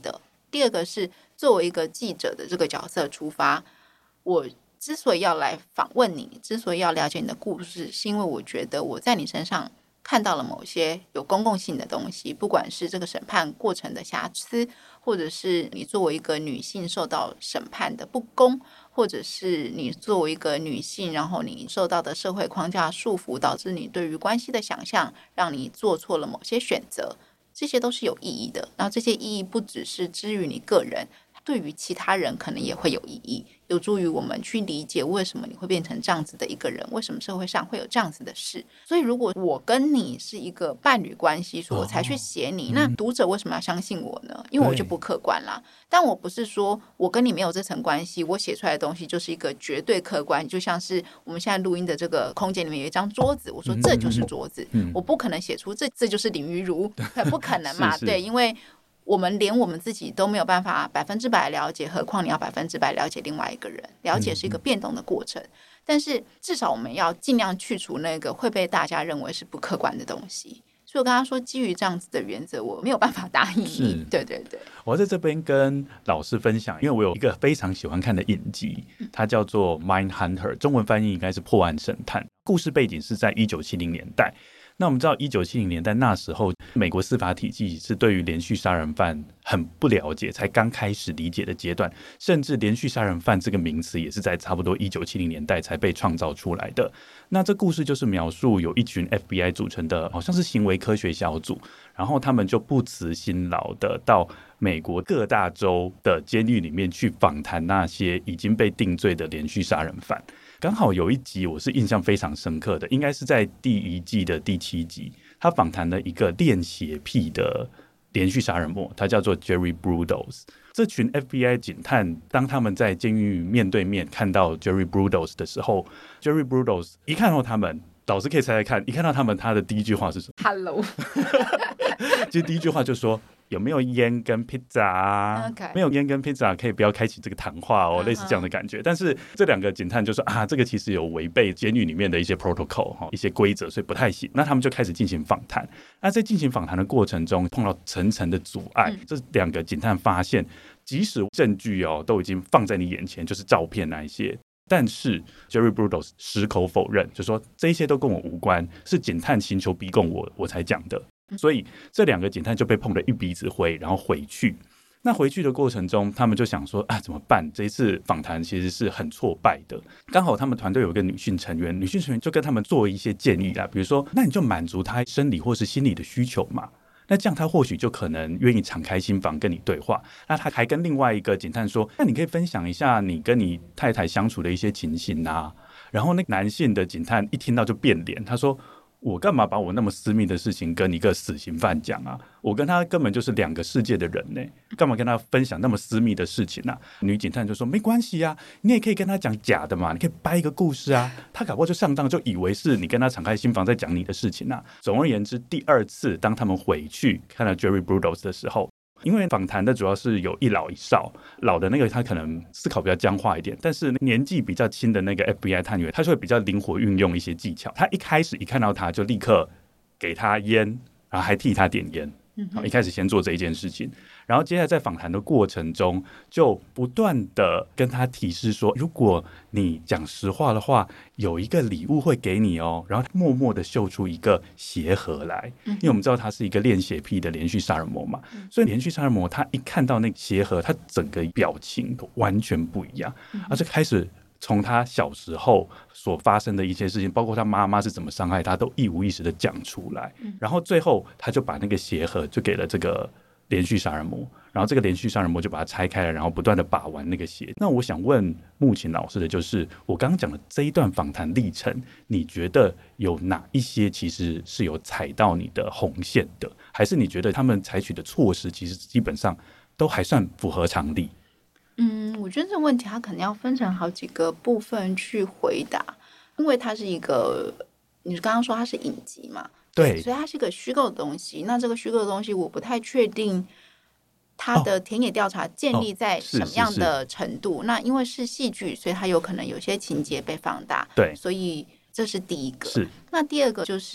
第二个是作为一个记者的这个角色出发，我之所以要来访问你，之所以要了解你的故事，是因为我觉得我在你身上看到了某些有公共性的东西，不管是这个审判过程的瑕疵，或者是你作为一个女性受到审判的不公，或者是你作为一个女性，然后你受到的社会框架束缚，导致你对于关系的想象，让你做错了某些选择，这些都是有意义的。然后这些意义不只是基于你个人，对于其他人可能也会有意义，有助于我们去理解为什么你会变成这样子的一个人，为什么社会上会有这样子的事。所以如果我跟你是一个伴侣关系，所以我才去写你，那读者为什么要相信我呢？因为我就不客观啦。但我不是说我跟你没有这层关系，我写出来的东西就是一个绝对客观，就像是我们现在录音的这个空间里面有一张桌子，我说这就是桌子，我不可能写出这就是林瑜如，不可能嘛。 是对，因为我们连我们自己都没有办法100%了解，何况你要100%了解另外一个人。了解是一个变动的过程，但是至少我们要尽量去除那个会被大家认为是不客观的东西。所以我跟他说，基于这样子的原则，我没有办法答应你。对对对， 我在这边跟老师分享，因为我有一个非常喜欢看的影集，它叫做《Mind Hunter》，中文翻译应该是破案神探。故事背景是在1970年代。那我们知道1970年代那时候美国司法体系是对于连续杀人犯很不了解，才刚开始理解的阶段，甚至连续杀人犯这个名词也是在差不多1970年代才被创造出来的。那这故事就是描述有一群 FBI 组成的好像是行为科学小组，然后他们就不辞辛劳的到美国各大州的监狱里面去访谈那些已经被定罪的连续杀人犯。刚好有一集我是印象非常深刻的，应该是在第1季的第7集，他访谈了一个恋血癖的连续杀人魔，他叫做 Jerry Brudos。 这群 FBI 警探当他们在监狱面对面看到 Jerry Brudos 的时候， Jerry Brudos 一看到他们，老师可以猜猜看，一看到他们他的第一句话是什么？ Hello 其实第一句话就说有没有烟跟披萨啊？ Okay. 没有烟跟披萨可以不要开启这个谈话哦，类似这样的感觉。但是这两个警探就说啊，这个其实有违背监狱里面的一些 protocol 一些规则，所以不太行。那他们就开始进行访谈。那在进行访谈的过程中，碰到层层的阻碍。这两个警探发现，即使证据都已经放在你眼前，就是照片那一些，但是 Jerry Brudos 矢口否认，就说这些都跟我无关，是警探寻求逼供我才讲的。所以这两个警探就被碰得一鼻子灰，然后回去。那回去的过程中，他们就想说啊，怎么办？这一次访谈其实是很挫败的。刚好他们团队有一个女性成员，女性成员就跟他们做一些建议啦，比如说，那你就满足他生理或是心理的需求嘛。那这样他或许就可能愿意敞开心房跟你对话。那他还跟另外一个警探说，那你可以分享一下你跟你太太相处的一些情形啊。然后那男性的警探一听到就变脸，他说，我干嘛把我那么私密的事情跟一个死刑犯讲啊？我跟他根本就是两个世界的人呢，干嘛跟他分享那么私密的事情啊？女警探就说没关系啊，你也可以跟他讲假的嘛，你可以掰一个故事啊，他搞不好就上当，就以为是你跟他敞开心房在讲你的事情啊。总而言之，第二次当他们回去看到 Jerry Brudos 的时候，因为访谈的主要是有一老一少，老的那个他可能思考比较僵化一点，但是年纪比较轻的那个 FBI 探员，他就会比较灵活运用一些技巧。他一开始一看到他就立刻给他烟，然后还替他点烟，一开始先做这一件事情，然后接下来在访谈的过程中就不断的跟他提示说，如果你讲实话的话，有一个礼物会给你哦，然后默默的秀出一个鞋盒来，因为我们知道他是一个恋血癖的连续杀人魔嘛，所以连续杀人魔他一看到那个鞋盒，他整个表情都完全不一样，而且开始从他小时候所发生的一些事情，包括他妈妈是怎么伤害他，都一五一十的讲出来，然后最后他就把那个鞋盒就给了这个连续杀人魔，然后这个连续杀人魔就把它拆开了，然后不断的把玩那个鞋。那我想问木琴老师的就是，我刚刚讲的这一段访谈历程，你觉得有哪一些其实是有踩到你的红线的，还是你觉得他们采取的措施其实基本上都还算符合常理？ 我觉得这个问题它可能要分成好几个部分去回答，因为它是一个，你刚刚说它是影集嘛， 对， 所以它是一个虚构的东西。那这个虚构的东西，我不太确定它的田野调查建立在什么样的程度。那因为是戏剧，所以它有可能有些情节被放大， 对， 所以这是第一个。 是。 那第二个就是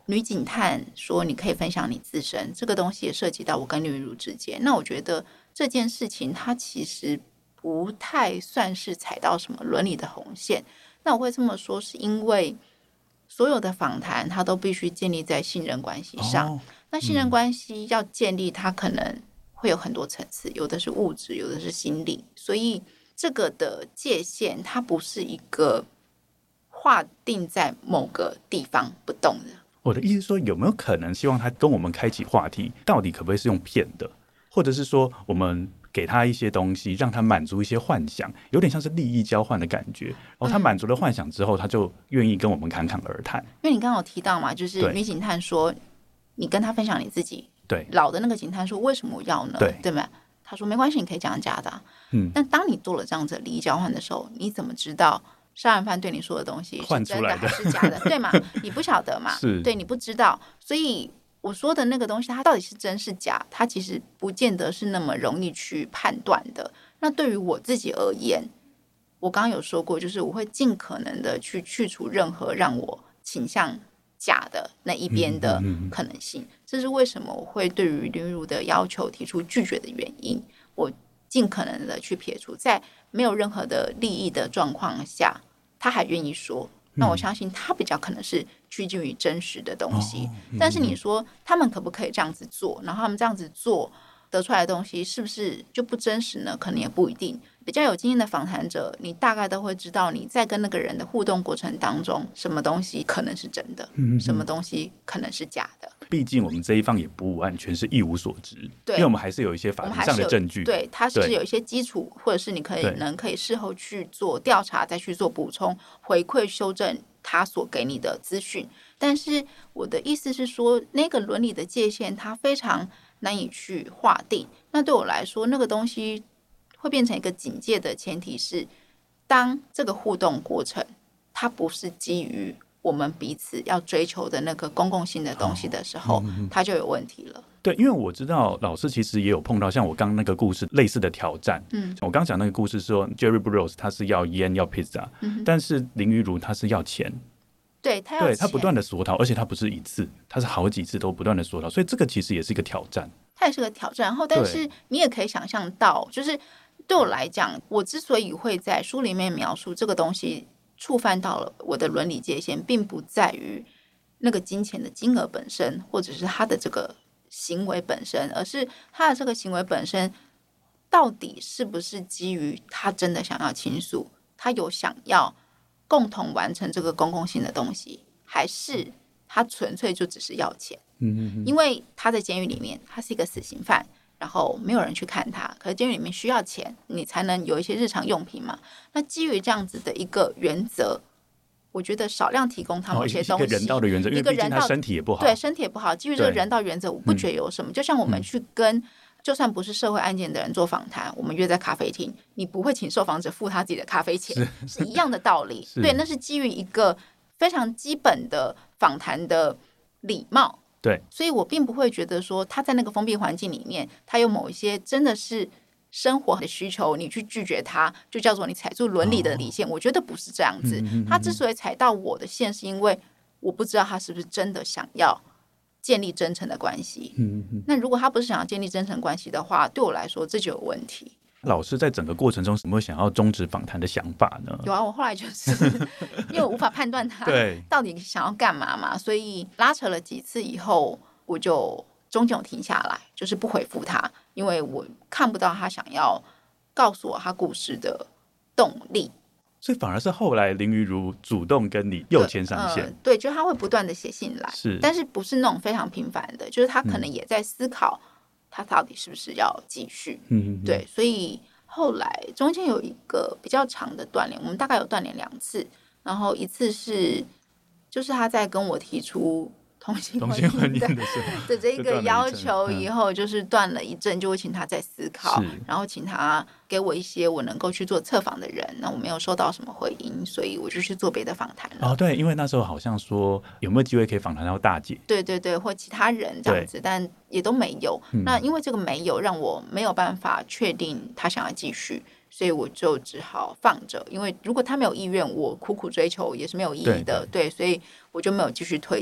女警探说你可以分享你自身，这个东西也涉及到我跟林云如之间。那我觉得这件事情它其实不太算是踩到什么伦理的红线。那我会这么说是因为所有的访谈它都必须建立在信任关系上。那信任关系要建立，它可能会有很多层次，有的是物质，有的是心理，所以这个的界限它不是一个划定在某个地方不动的。 我的意思是说，有没有可能希望他跟我们开启话题，到底可不可以是用骗的，或者是说我们给他一些东西，让他满足一些幻想，有点像是利益交换的感觉。然后他满足了幻想之后，他就愿意跟我们侃侃而谈。 因为你刚刚有提到嘛，就是女警探说你跟他分享你自己， 对， 老的那个警探说为什么要呢？对吗？他说没关系，你可以讲假的但当你做了这样子的利益交换的时候，你怎么知道杀人犯对你说的东西是真的还是假的？对吗？你不晓得嘛？对，你不知道。所以我说的那个东西，它到底是真是假，它其实不见得是那么容易去判断的。那对于我自己而言，我刚刚有说过，就是我会尽可能的去除任何让我倾向假的那一边的可能性。这是为什么我会对于林如的要求提出拒绝的原因。我尽可能的去撇除，在没有任何的利益的状况下，他还愿意说，那我相信他比较可能是趋近于真实的东西。但是你说他们可不可以这样子做，然后他们这样子做得出来的东西是不是就不真实呢？可能也不一定。比较有经验的访谈者，你大概都会知道你在跟那个人的互动过程当中，什么东西可能是真的，什么东西可能是假的。 毕竟我们这一方也不完全是一无所知，因为我们还是有一些法律上的证据， 对，它是有一些基础，或者是你可以事后去做调查，再去做补充、回馈、修正他所给你的资讯。但是我的意思是说，那个伦理的界限它非常难以去划定。那对我来说，那个东西会变成一个警戒的前提是，当这个互动过程它不是基于我们彼此要追求的那个公共性的东西的时候，它就有问题了。 对，因为我知道老师其实也有碰到像我刚刚那个故事类似的挑战。我刚讲那个故事说 Jerry Burroughs 他是要烟要 pizza，但是林于如他是要钱。 对，他要钱， 他不断的索讨，而且他不是一次，他是好几次都不断的索讨，所以这个其实也是一个挑战。 它也是个挑战。然后，但是你也可以想象到，就是对我来讲，我之所以会在书里面描述这个东西触犯到了我的伦理界限，并不在于那个金钱的金额本身，或者是他的这个行为本身，而是他的这个行为本身到底是不是基于他真的想要倾诉，他有想要共同完成这个公共性的东西，还是他纯粹就只是要钱。因为他在监狱里面，他是一个死刑犯，然后没有人去看他，可是监狱里面需要钱，你才能有一些日常用品嘛。那基于这样子的一个原则，我觉得少量提供他某些东西， 一个人道的原则，因为毕竟他身体也不好， 对，身体也不好。基于这个人道原则，我不觉得有什么。就像我们去跟就算不是社会案件的人做访谈，我们约在咖啡厅，你不会请受访者付他自己的咖啡钱，是一样的道理。对，那是基于一个非常基本的访谈的礼貌。 对， 所以我并不会觉得说他在那个封闭环境里面，他有某一些真的是生活的需求，你去拒绝他，就叫做你踩住伦理的底线。我觉得不是这样子。他之所以踩到我的线，是因为我不知道他是不是真的想要建立真诚的关系。那如果他不是想要建立真诚关系的话，对我来说这就有问题。 老师在整个过程中有没有想要终止访谈的想法呢？ 有啊，我后来就是因为我无法判断他到底想要干嘛嘛，所以拉扯了几次以后，我就中间有停下来，就是不回复他，因为我看不到他想要告诉我他故事的动力。 所以反而是后来林于如主动跟你又牵上线。 对，就是他会不断的写信来，但是不是那种非常频繁的，就是他可能也在思考他到底是不是要继续。对，所以后来中间有一个比较长的断联，我们大概有断联2次，然后一次是就是他在跟我提出同性婚姻的这个要求以后，就是断了一阵，就会请他再思考，然后请他给我一些我能够去做测访的人。那我没有收到什么回应，所以我就去做别的访谈了。 对，因为那时候好像说有没有机会可以访谈到大姐， 对对对，或其他人这样子，但也都没有。那因为这个没有，让我没有办法确定他想要继续，所以我就只好放着。因为如果他没有意愿，我苦苦追求也是没有意义的。对，所以我就没有继续推进。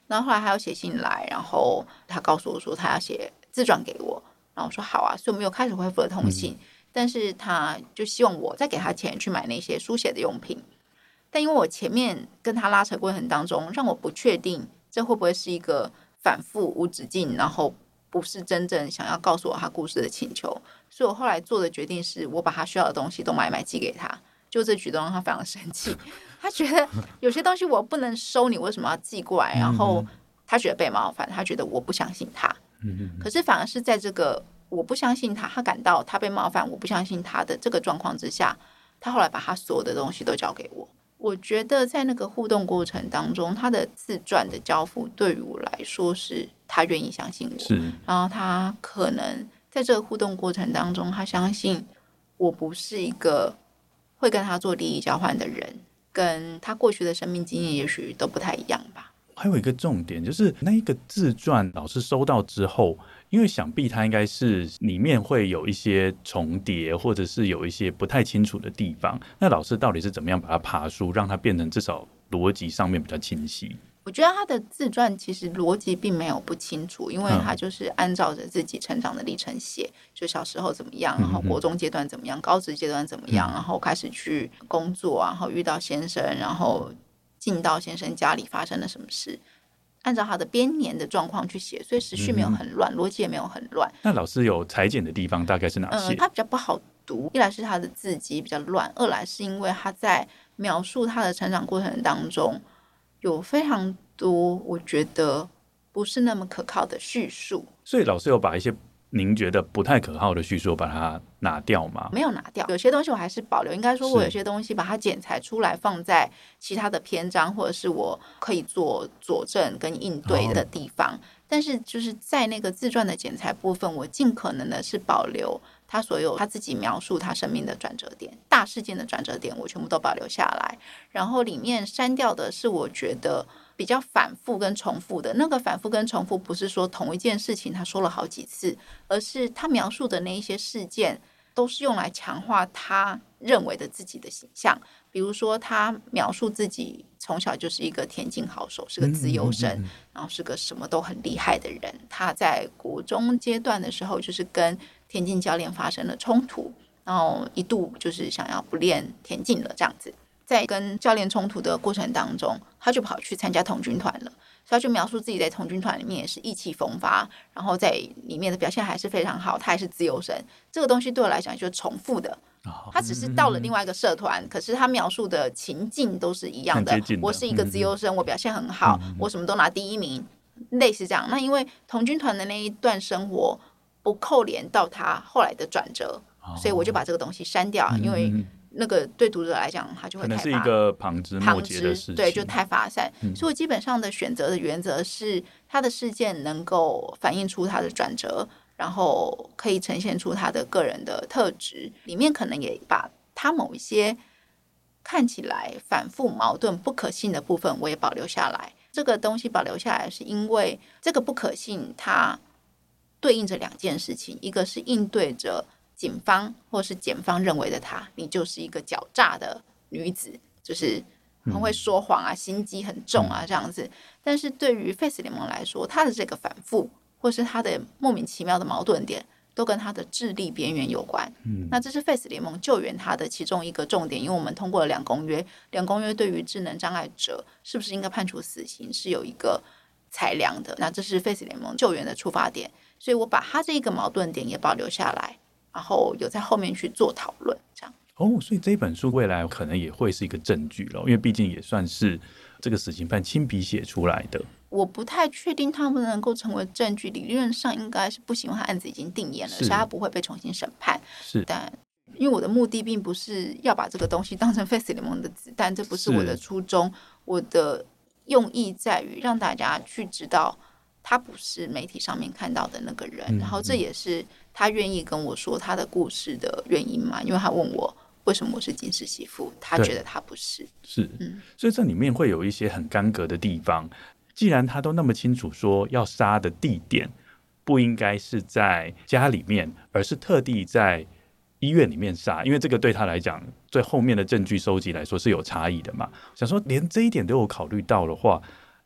然后后来他要写信来，然后他告诉我说他要写自传给我，然后我说好啊，所以我们又开始恢复了通信。但是他就希望我再给他钱去买那些书写的用品，但因为我前面跟他拉扯过程当中，让我不确定这会不会是一个反复无止境，然后不是真正想要告诉我他故事的请求，所以我后来做的决定是我把他需要的东西都买寄给他。就这举动让他非常生气，他觉得有些东西我不能收，你为什么要寄过来？然后他觉得被冒犯，他觉得我不相信他。可是反而是在这个我不相信他，他感到他被冒犯，我不相信他的这个状况之下，他后来把他所有的东西都交给我。我觉得在那个互动过程当中，他的自传的交付对于我来说是他愿意相信我，然后他可能在这个互动过程当中，他相信我不是一个会跟他做利益交换的人，跟他过去的生命经验也许都不太一样吧。 还有一个重点就是那一个自传老师收到之后，因为想必它应该是里面会有一些重叠，或者是有一些不太清楚的地方，那老师到底是怎么样把它爬梳，让它变成至少逻辑上面比较清晰？ 我觉得他的自传其实逻辑并没有不清楚，因为他就是按照着自己成长的历程写，就小时候怎么样，然后国中阶段怎么样，高职阶段怎么样，然后开始去工作，然后遇到先生，然后进到先生家里发生了什么事，按照他的编年的状况去写，所以时序没有很乱，逻辑也没有很乱。 那老师有裁剪的地方大概是哪些？ 他比较不好读，一来是他的字迹比较乱，二来是因为他在描述他的成长过程当中有非常多我觉得不是那么可靠的叙述。 所以老师有把一些您觉得不太可靠的叙述把它拿掉吗？ 没有拿掉，有些东西我还是保留，应该说我有些东西把它剪裁出来放在其他的篇章，或者是我可以做佐证跟应对的地方，但是就是在那个自传的剪裁部分，我尽可能的是保留他所有他自己描述他生命的转折点，大事件的转折点我全部都保留下来，然后里面删掉的是我觉得比较反复跟重复的。那个反复跟重复不是说同一件事情他说了好几次，而是他描述的那一些事件都是用来强化他认为的自己的形象。比如说他描述自己从小就是一个田径好手，是个资优生，然后是个什么都很厉害的人。他在国中阶段的时候就是跟田径教练发生了冲突，然后一度就是想要不练田径了这样子。在跟教练冲突的过程当中，他就跑去参加童军团了，所以他就描述自己在童军团里面也是意气风发，然后在里面的表现还是非常好，他还是资优生。这个东西对我来讲就是重复的，他只是到了另外一个社团，可是他描述的情境都是一样的。我是一个资优生，我表现很好，我什么都拿第一名，类似这样。那因为童军团的那一段生活不扣连到他后来的转折，所以我就把这个东西删掉，因为那个对读者来讲他就会太可能是一个旁枝末节的事情， 对，就太发散。所以我基本上的选择的原则是他的事件能够反映出他的转折，然后可以呈现出他的个人的特质，里面可能也把他某一些看起来反复矛盾不可信的部分我也保留下来。这个东西保留下来是因为这个不可信它对应着两件事情，一个是应对着警方或是检方认为的你就是一个狡诈的女子，就是很会说谎啊，心机很重啊这样子。但是对于 Face 联盟来说，他的这个反复或是他的莫名其妙的矛盾点都跟他的智力边缘有关。那这是 Face 联盟救援他的其中一个重点，因为我们通过了2公约，2公约对于智能障碍者是不是应该判处死刑是有一个裁量的，那这是 Face 联盟救援的出发点，所以我把他这个矛盾点也保留下来，然后有在后面去做讨论这样。 所以这本书未来可能也会是一个证据了，因为毕竟也算是这个死刑犯亲笔写出来的。 我不太确定他们能够成为证据，理论上应该是不行，因为案子已经定验了，所以他不会被重新审判。 是， 但因为我的目的并不是要把这个东西当成 Face 联盟的子弹，这不是我的初衷。我的用意在于让大家去知道他不是媒体上面看到的那个人，然后这也是他愿意跟我说他的故事的原因嘛，因为他问我为什么我是金氏媳妇，他觉得他不是。 是，所以这里面会有一些很干戈的地方。既然他都那么清楚说要杀的地点不应该是在家里面，而是特地在医院里面杀，因为这个对他来讲最后面的证据收集来说是有差异的嘛，想说连这一点都有考虑到的话，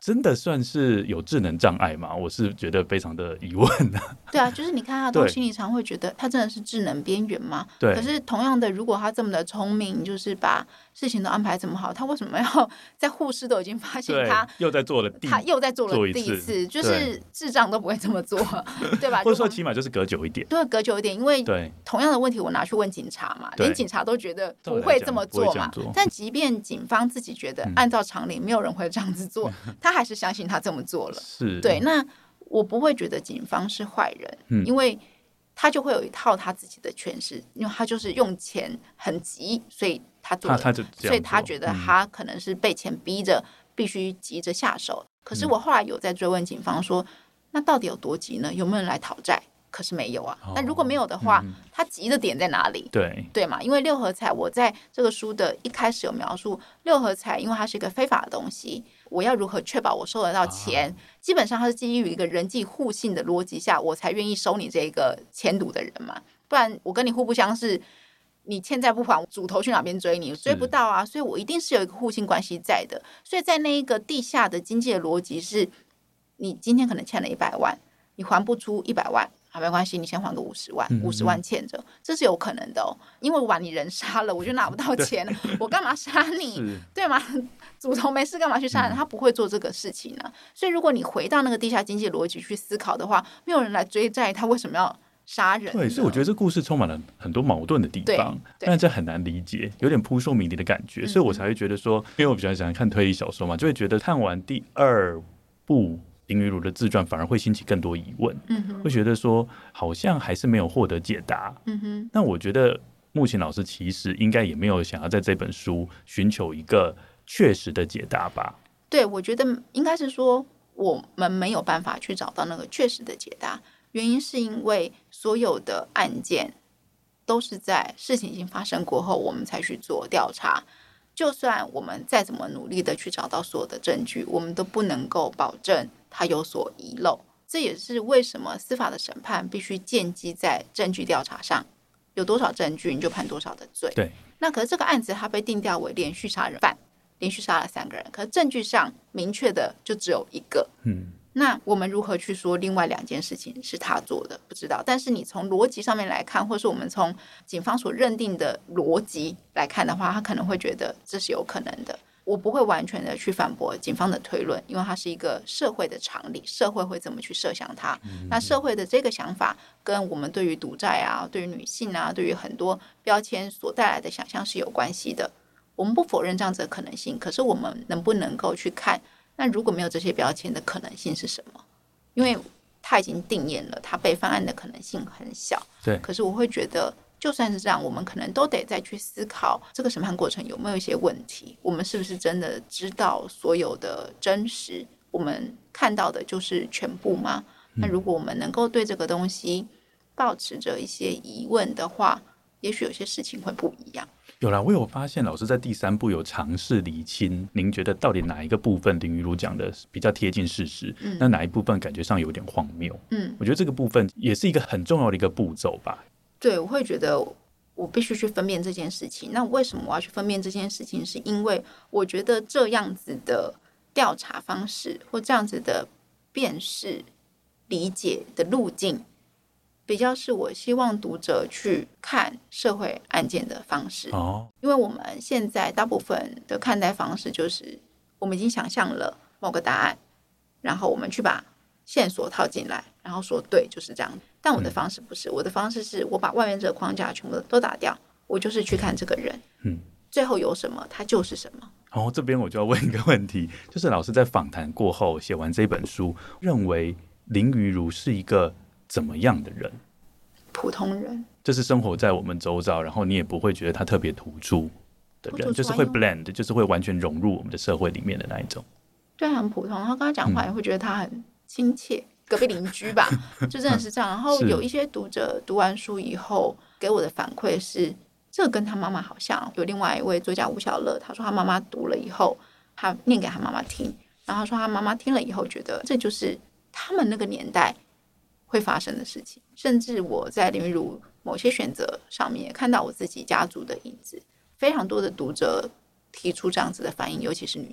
真的算是有智能障碍吗？我是觉得非常的疑问啊。 对啊，就是你看他都心理常会觉得他真的是智能边缘吗？ 对。 可是同样的，如果他这么的聪明，就是把事情都安排这么好，他为什么要在护士都已经发现他又在做了第一次，就是智障都不会这么做，对吧？ 或者说起码就是隔久一点， 对，隔久一点，因为同样的问题我拿去问警察嘛，连警察都觉得不会这么做嘛。但即便警方自己觉得按照常理没有人会这样子做，他还是相信他这么做了。 是， 对，那我不会觉得警方是坏人，因为他就会有一套他自己的诠释，因为他就是用钱很急，所以他做了，所以他觉得他可能是被钱逼着必须急着下手。可是我后来有在追问警方说，那到底有多急呢？有没有人来讨债？可是没有啊。那如果没有的话，他急的点在哪里？对嘛？因为六合彩，我在这个书的一开始有描述，六合彩因为它是一个非法的东西，我要如何确保我收得到钱？基本上它是基于一个人际互信的逻辑下，我才愿意收你这个签赌的人嘛。不然我跟你互不相识，你欠债不还，主头去哪边追你？追不到啊！所以我一定是有一个互信关系在的。所以在那一个地下的经济的逻辑是，你今天可能欠了100万，你还不出100万。好，没关系，你先还个50万，50万欠着，这是有可能的哦。因为我把你人杀了，我就拿不到钱了，我干嘛杀你？对吗？祖宗没事干嘛去杀人？他不会做这个事情呢。所以如果你回到那个地下经济逻辑去思考的话，没有人来追债，他为什么要杀人？ 对，所以我觉得这故事充满了很多矛盾的地方，但这很难理解，有点扑朔迷离的感觉，所以我才会觉得说，因为我比较喜欢看推理小说嘛，就会觉得看完第2部林于如的自传反而会兴起更多疑问，会觉得说好像还是没有获得解答。那我觉得木琴老师其实应该也没有想要在这本书寻求一个确实的解答吧？ 对，我觉得应该是说我们没有办法去找到那个确实的解答，原因是因为所有的案件都是在事情已经发生过后我们才去做调查，就算我们再怎么努力的去找到所有的证据，我们都不能够保证它有所遗漏。这也是为什么司法的审判必须建基在证据调查上，有多少证据你就判多少的罪。 对， 那可是这个案子它被定调为连续杀人犯，连续杀了3个人，可是证据上明确的就只有1个。那我们如何去说另外2件事情是他做的？不知道。但是你从逻辑上面来看，或是我们从警方所认定的逻辑来看的话，他可能会觉得这是有可能的。我不会完全的去反驳警方的推论，因为它是一个社会的常理，社会会怎么去设想它。那社会的这个想法跟我们对于赌债啊、对于女性啊、对于很多标签所带来的想象是有关系的。我们不否认这样子的可能性，可是我们能不能够去看，那如果没有这些标签的可能性是什么？因为它已经定验了，它被犯案的可能性很小。 对， 可是我会觉得就算是这样，我们可能都得再去思考这个审判过程有没有一些问题，我们是不是真的知道所有的真实，我们看到的就是全部吗？那如果我们能够对这个东西抱持着一些疑问的话，也许有些事情会不一样。 有啦，我有发现老师在第3部有尝试厘清，您觉得到底哪一个部分林于如讲的比较贴近事实，那哪一部分感觉上有点荒谬？我觉得这个部分也是一个很重要的一个步骤吧。 对，我会觉得我必须去分辨这件事情。那为什么我要去分辨这件事情？是因为我觉得这样子的调查方式或这样子的辨识理解的路径，比较是我希望读者去看社会案件的方式。因为我们现在大部分的看待方式就是我们已经想象了某个答案，然后我们去把线索套进来，然后说对就是这样。但我的方式不是，我的方式是我把外面这个框架全部都打掉，我就是去看这个人，最后有什么他就是什么。 这边我就要问一个问题，就是老师在访谈过后写完这本书，认为林于如是一个怎么样的人？ 普通人， 就是生活在我们周遭，然后你也不会觉得他特别突出的人，就是会 blend， 就是会完全融入我们的社会里面的那一种。 对，很普通。然后跟他讲话也会觉得他很亲切，隔壁邻居吧，就真的是这样。然后有一些读者读完书以后给我的反馈是，这个跟他妈妈好像。有另外一位作家吴小乐，他说他妈妈读了以后，他念给他妈妈听，然后他说他妈妈听了以后觉得这就是他们那个年代会发生的事情。甚至我在林于如某些选择上面也看到我自己家族的影子。非常多的读者提出这样子的反应，尤其是女性。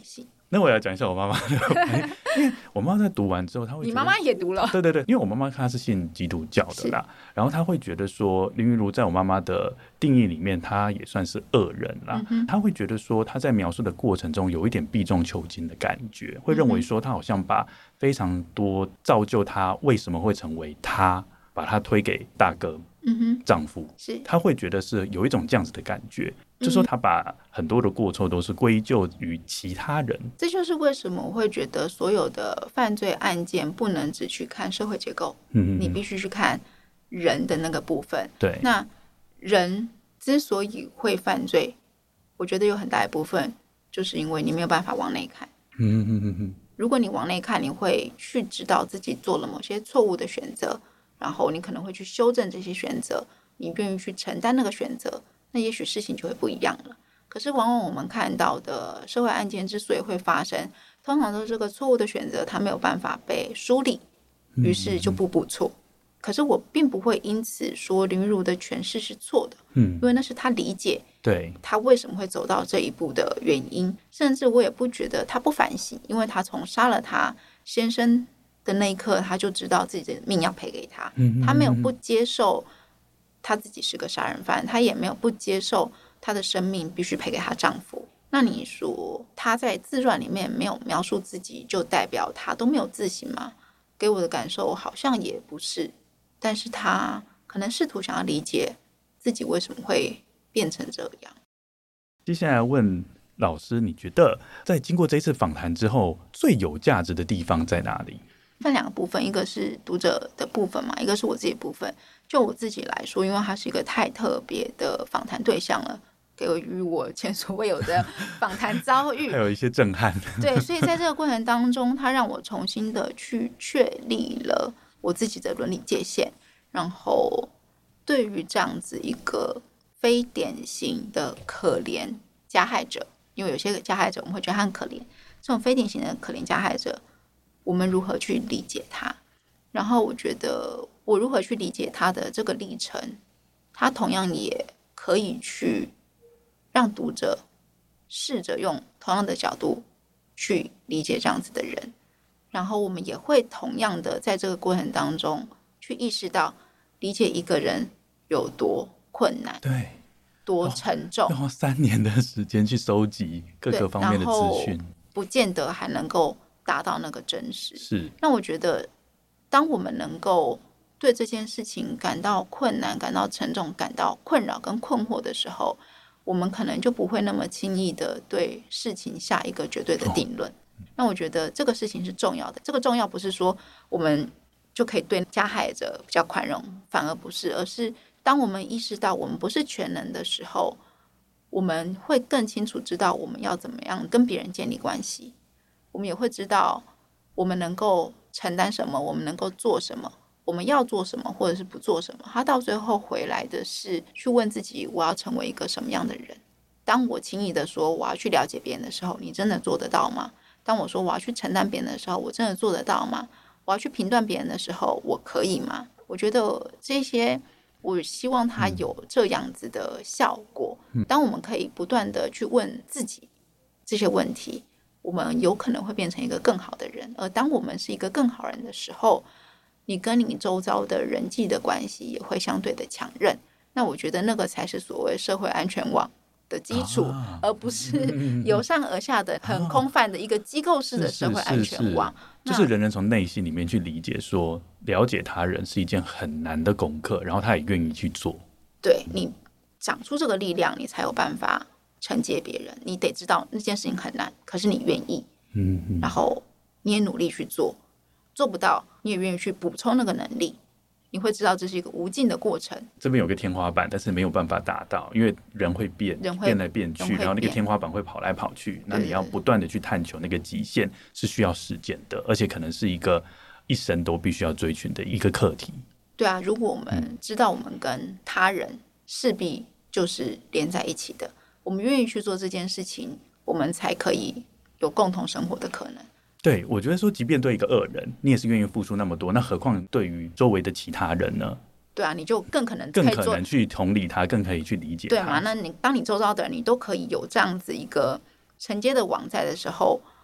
那我要讲一下我妈妈的，因为我妈妈在读完之后，她会觉得你妈妈也读了， 对对对，因为我妈妈她是信基督教的啦，然后她会觉得说林云如在我妈妈的定义里面，她也算是恶人啦。她会觉得说她在描述的过程中有一点避重就轻的感觉，会认为说她好像把非常多造就她为什么会成为她，把她推给大哥。丈夫是， 她会觉得是有一种这样子的感觉，就说她把很多的过错都是归咎于其他人。 这就是为什么我会觉得所有的犯罪案件不能只去看社会结构，你必须去看人的那个部分。 对， 那人之所以会犯罪，我觉得有很大一部分就是因为你没有办法往内看。如果你往内看，你会去知道自己做了某些错误的选择，然后你可能会去修正这些选择，你愿意去承担那个选择，那也许事情就会不一样了。可是往往我们看到的社会案件之所以会发生，通常都是这个错误的选择它没有办法被梳理，于是就步步错。可是我并不会因此说林如的诠释是错的，因为那是他理解对他为什么会走到这一步的原因，甚至我也不觉得他不反省，因为他从杀了他先生的那一刻，他就知道自己的命要赔给他，他没有不接受他自己是个杀人犯，他也没有不接受他的生命必须赔给他丈夫。那你说他在自传里面没有描述自己，就代表他都没有自省吗？给我的感受好像也不是，但是他可能试图想要理解自己为什么会变成这样。 接下来问老师，你觉得在经过这次访谈之后，最有价值的地方在哪里？ 分两个部分，一个是读者的部分嘛，一个是我自己的部分。就我自己来说，因为它是一个太特别的访谈对象了，给予我前所未有的访谈遭遇， 还有一些震撼。 对，所以在这个过程当中，它让我重新的去确立了我自己的伦理界限，然后对于这样子一个非典型的可怜加害者，因为有些加害者我们会觉得他很可怜，这种非典型的可怜加害者，我们如何去理解他？然后我觉得我如何去理解他的这个历程，他同样也可以去让读者试着用同样的角度去理解这样子的人，然后我们也会同样的在这个过程当中去意识到理解一个人有多困难， 对， 多沉重， 要3年的时间去收集各个方面的资讯， 不见得还能够达到那个真实。 是， 那我觉得当我们能够对这件事情感到困难、感到沉重、感到困扰跟困惑的时候，我们可能就不会那么轻易的对事情下一个绝对的定论。那我觉得这个事情是重要的，这个重要不是说我们就可以对加害者比较宽容，反而不是，而是当我们意识到我们不是全能的时候，我们会更清楚知道我们要怎么样跟别人建立关系，我们也会知道我们能够承担什么，我们能够做什么，我们要做什么或者是不做什么。他到最后回来的是去问自己，我要成为一个什么样的人。当我轻易的说我要去了解别人的时候，你真的做得到吗？当我说我要去承担别人的时候，我真的做得到吗？我要去评断别人的时候，我可以吗？我觉得这些我希望它有这样子的效果。当我们可以不断的去问自己这些问题，我们有可能会变成一个更好的人。而当我们是一个更好人的时候，你跟你周遭的人际的关系也会相对的强韧。那我觉得那个才是所谓社会安全网的基础，而不是由上而下的很空泛的一个机构式的社会安全网。 就是人人从内心里面去理解说，了解他人是一件很难的功课，然后他也愿意去做。 对，你长出这个力量，你才有办法承接别人。你得知道那件事情很难，可是你愿意，然后你也努力去做，做不到你也愿意去补充那个能力。你会知道这是一个无尽的过程。 这边有个天花板，但是没有办法达到，因为人会变，变来变去，然后那个天花板会跑来跑去。那你要不断的去探求那个极限，是需要时间的，而且可能是一个一生都必须要追寻的一个课题。 对啊，如果我们知道我们跟他人势必就是连在一起的，我们愿意去做这件事情，我们才可以有共同生活的可能。 对，我觉得说即便对一个恶人你也是愿意付出那么多，那何况对于周围的其他人呢？ 对啊，你就更可能去同理他，更可以去理解他。 对嘛？那当你周遭的人你都可以有这样子一个承接的网在的时候，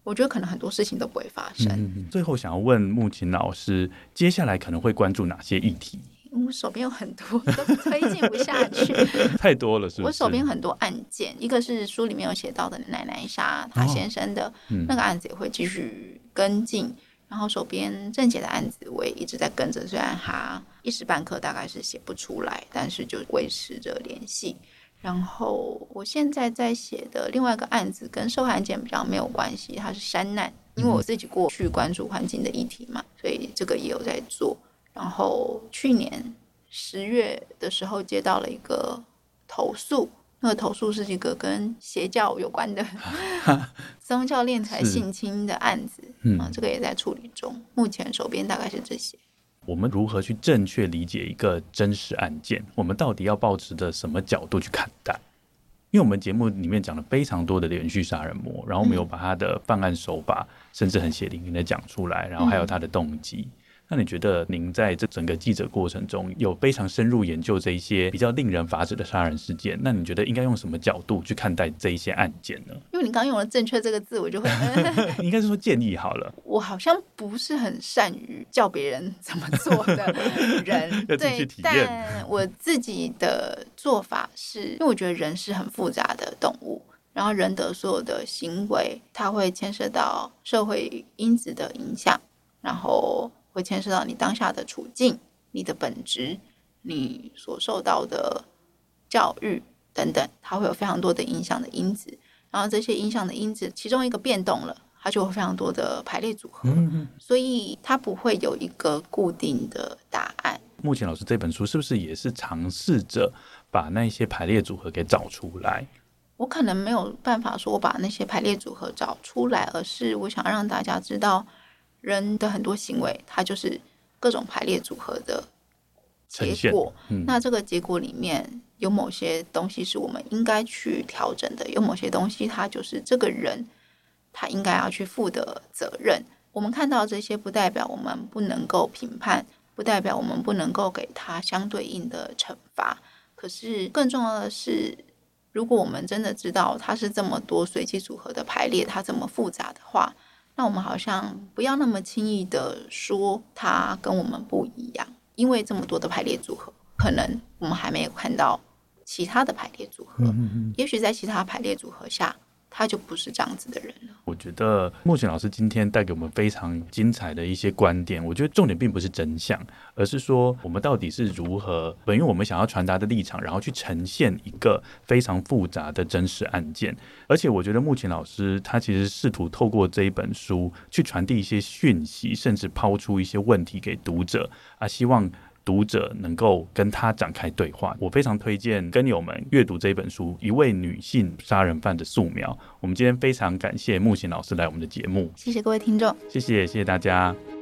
我觉得可能很多事情都不会发生。 最后想要问木琴老师，接下来可能会关注哪些议题？ 我手边有很多都推进不下去太多了是不是？ 我手边很多案件，一个是书里面有写到的奶奶莎她先生的那个案子也会继续跟进，然后手边郑姐的案子我也一直在跟着，虽然她一时半刻大概是写不出来，但是就维持着联系。然后我现在在写的另外一个案子跟受害案件比较没有关系，它是山难，因为我自己过去关注环境的议题嘛，所以这个也有在做。然后去年10月的时候接到了一个投诉，那个投诉是一个跟邪教有关的宗教敛财性侵的案子，这个也在处理中，目前手边大概是这些。 我们如何去正确理解一个真实案件？我们到底要抱持的什么角度去看待？因为我们节目里面讲了非常多的连续杀人魔，然后我们有把他的犯案手法甚至很血淋淋的讲出来，然后还有他的动机。那你觉得您在这整个记者过程中有非常深入研究这一些比较令人发指的杀人事件，那你觉得应该用什么角度去看待这一些案件呢？ 因为你刚用了正确这个字，我就会应该是说建议好了。 我好像不是很善于教别人怎么做的人要自己去体验。 但我自己的做法是，因为我觉得人是很复杂的动物，然后人的所有的行为它会牵涉到社会因子的影响，然后会牵涉到你当下的处境、你的本质、你所受到的教育等等，它会有非常多的影响的因子。然后这些影响的因子，其中一个变动了，它就会非常多的排列组合，所以它不会有一个固定的答案。 目前老师这本书是不是也是尝试着把那些排列组合给找出来？ 我可能没有办法说我把那些排列组合找出来，而是我想让大家知道人的很多行为它就是各种排列组合的结果，那这个结果里面有某些东西是我们应该去调整的，有某些东西它就是这个人他应该要去负的责任。我们看到这些不代表我们不能够评判，不代表我们不能够给他相对应的惩罚，可是更重要的是，如果我们真的知道它是这么多随机组合的排列，它这么复杂的话，那我们好像不要那么轻易的说它跟我们不一样，因为这么多的排列组合，可能我们还没有看到其他的排列组合，也许在其他排列组合下他就不是这样子的人了。 我觉得木琴老师今天带给我们非常精彩的一些观点，我觉得重点并不是真相，而是说我们到底是如何本于我们想要传达的立场，然后去呈现一个非常复杂的真实案件。而且我觉得木琴老师他其实试图透过这一本书去传递一些讯息，甚至抛出一些问题给读者希望读者能够跟他展开对话。我非常推荐跟友们阅读这本书《一位女性杀人犯的素描》。我们今天非常感谢木琴老师来我们的节目， 谢谢各位听众， 谢谢大家。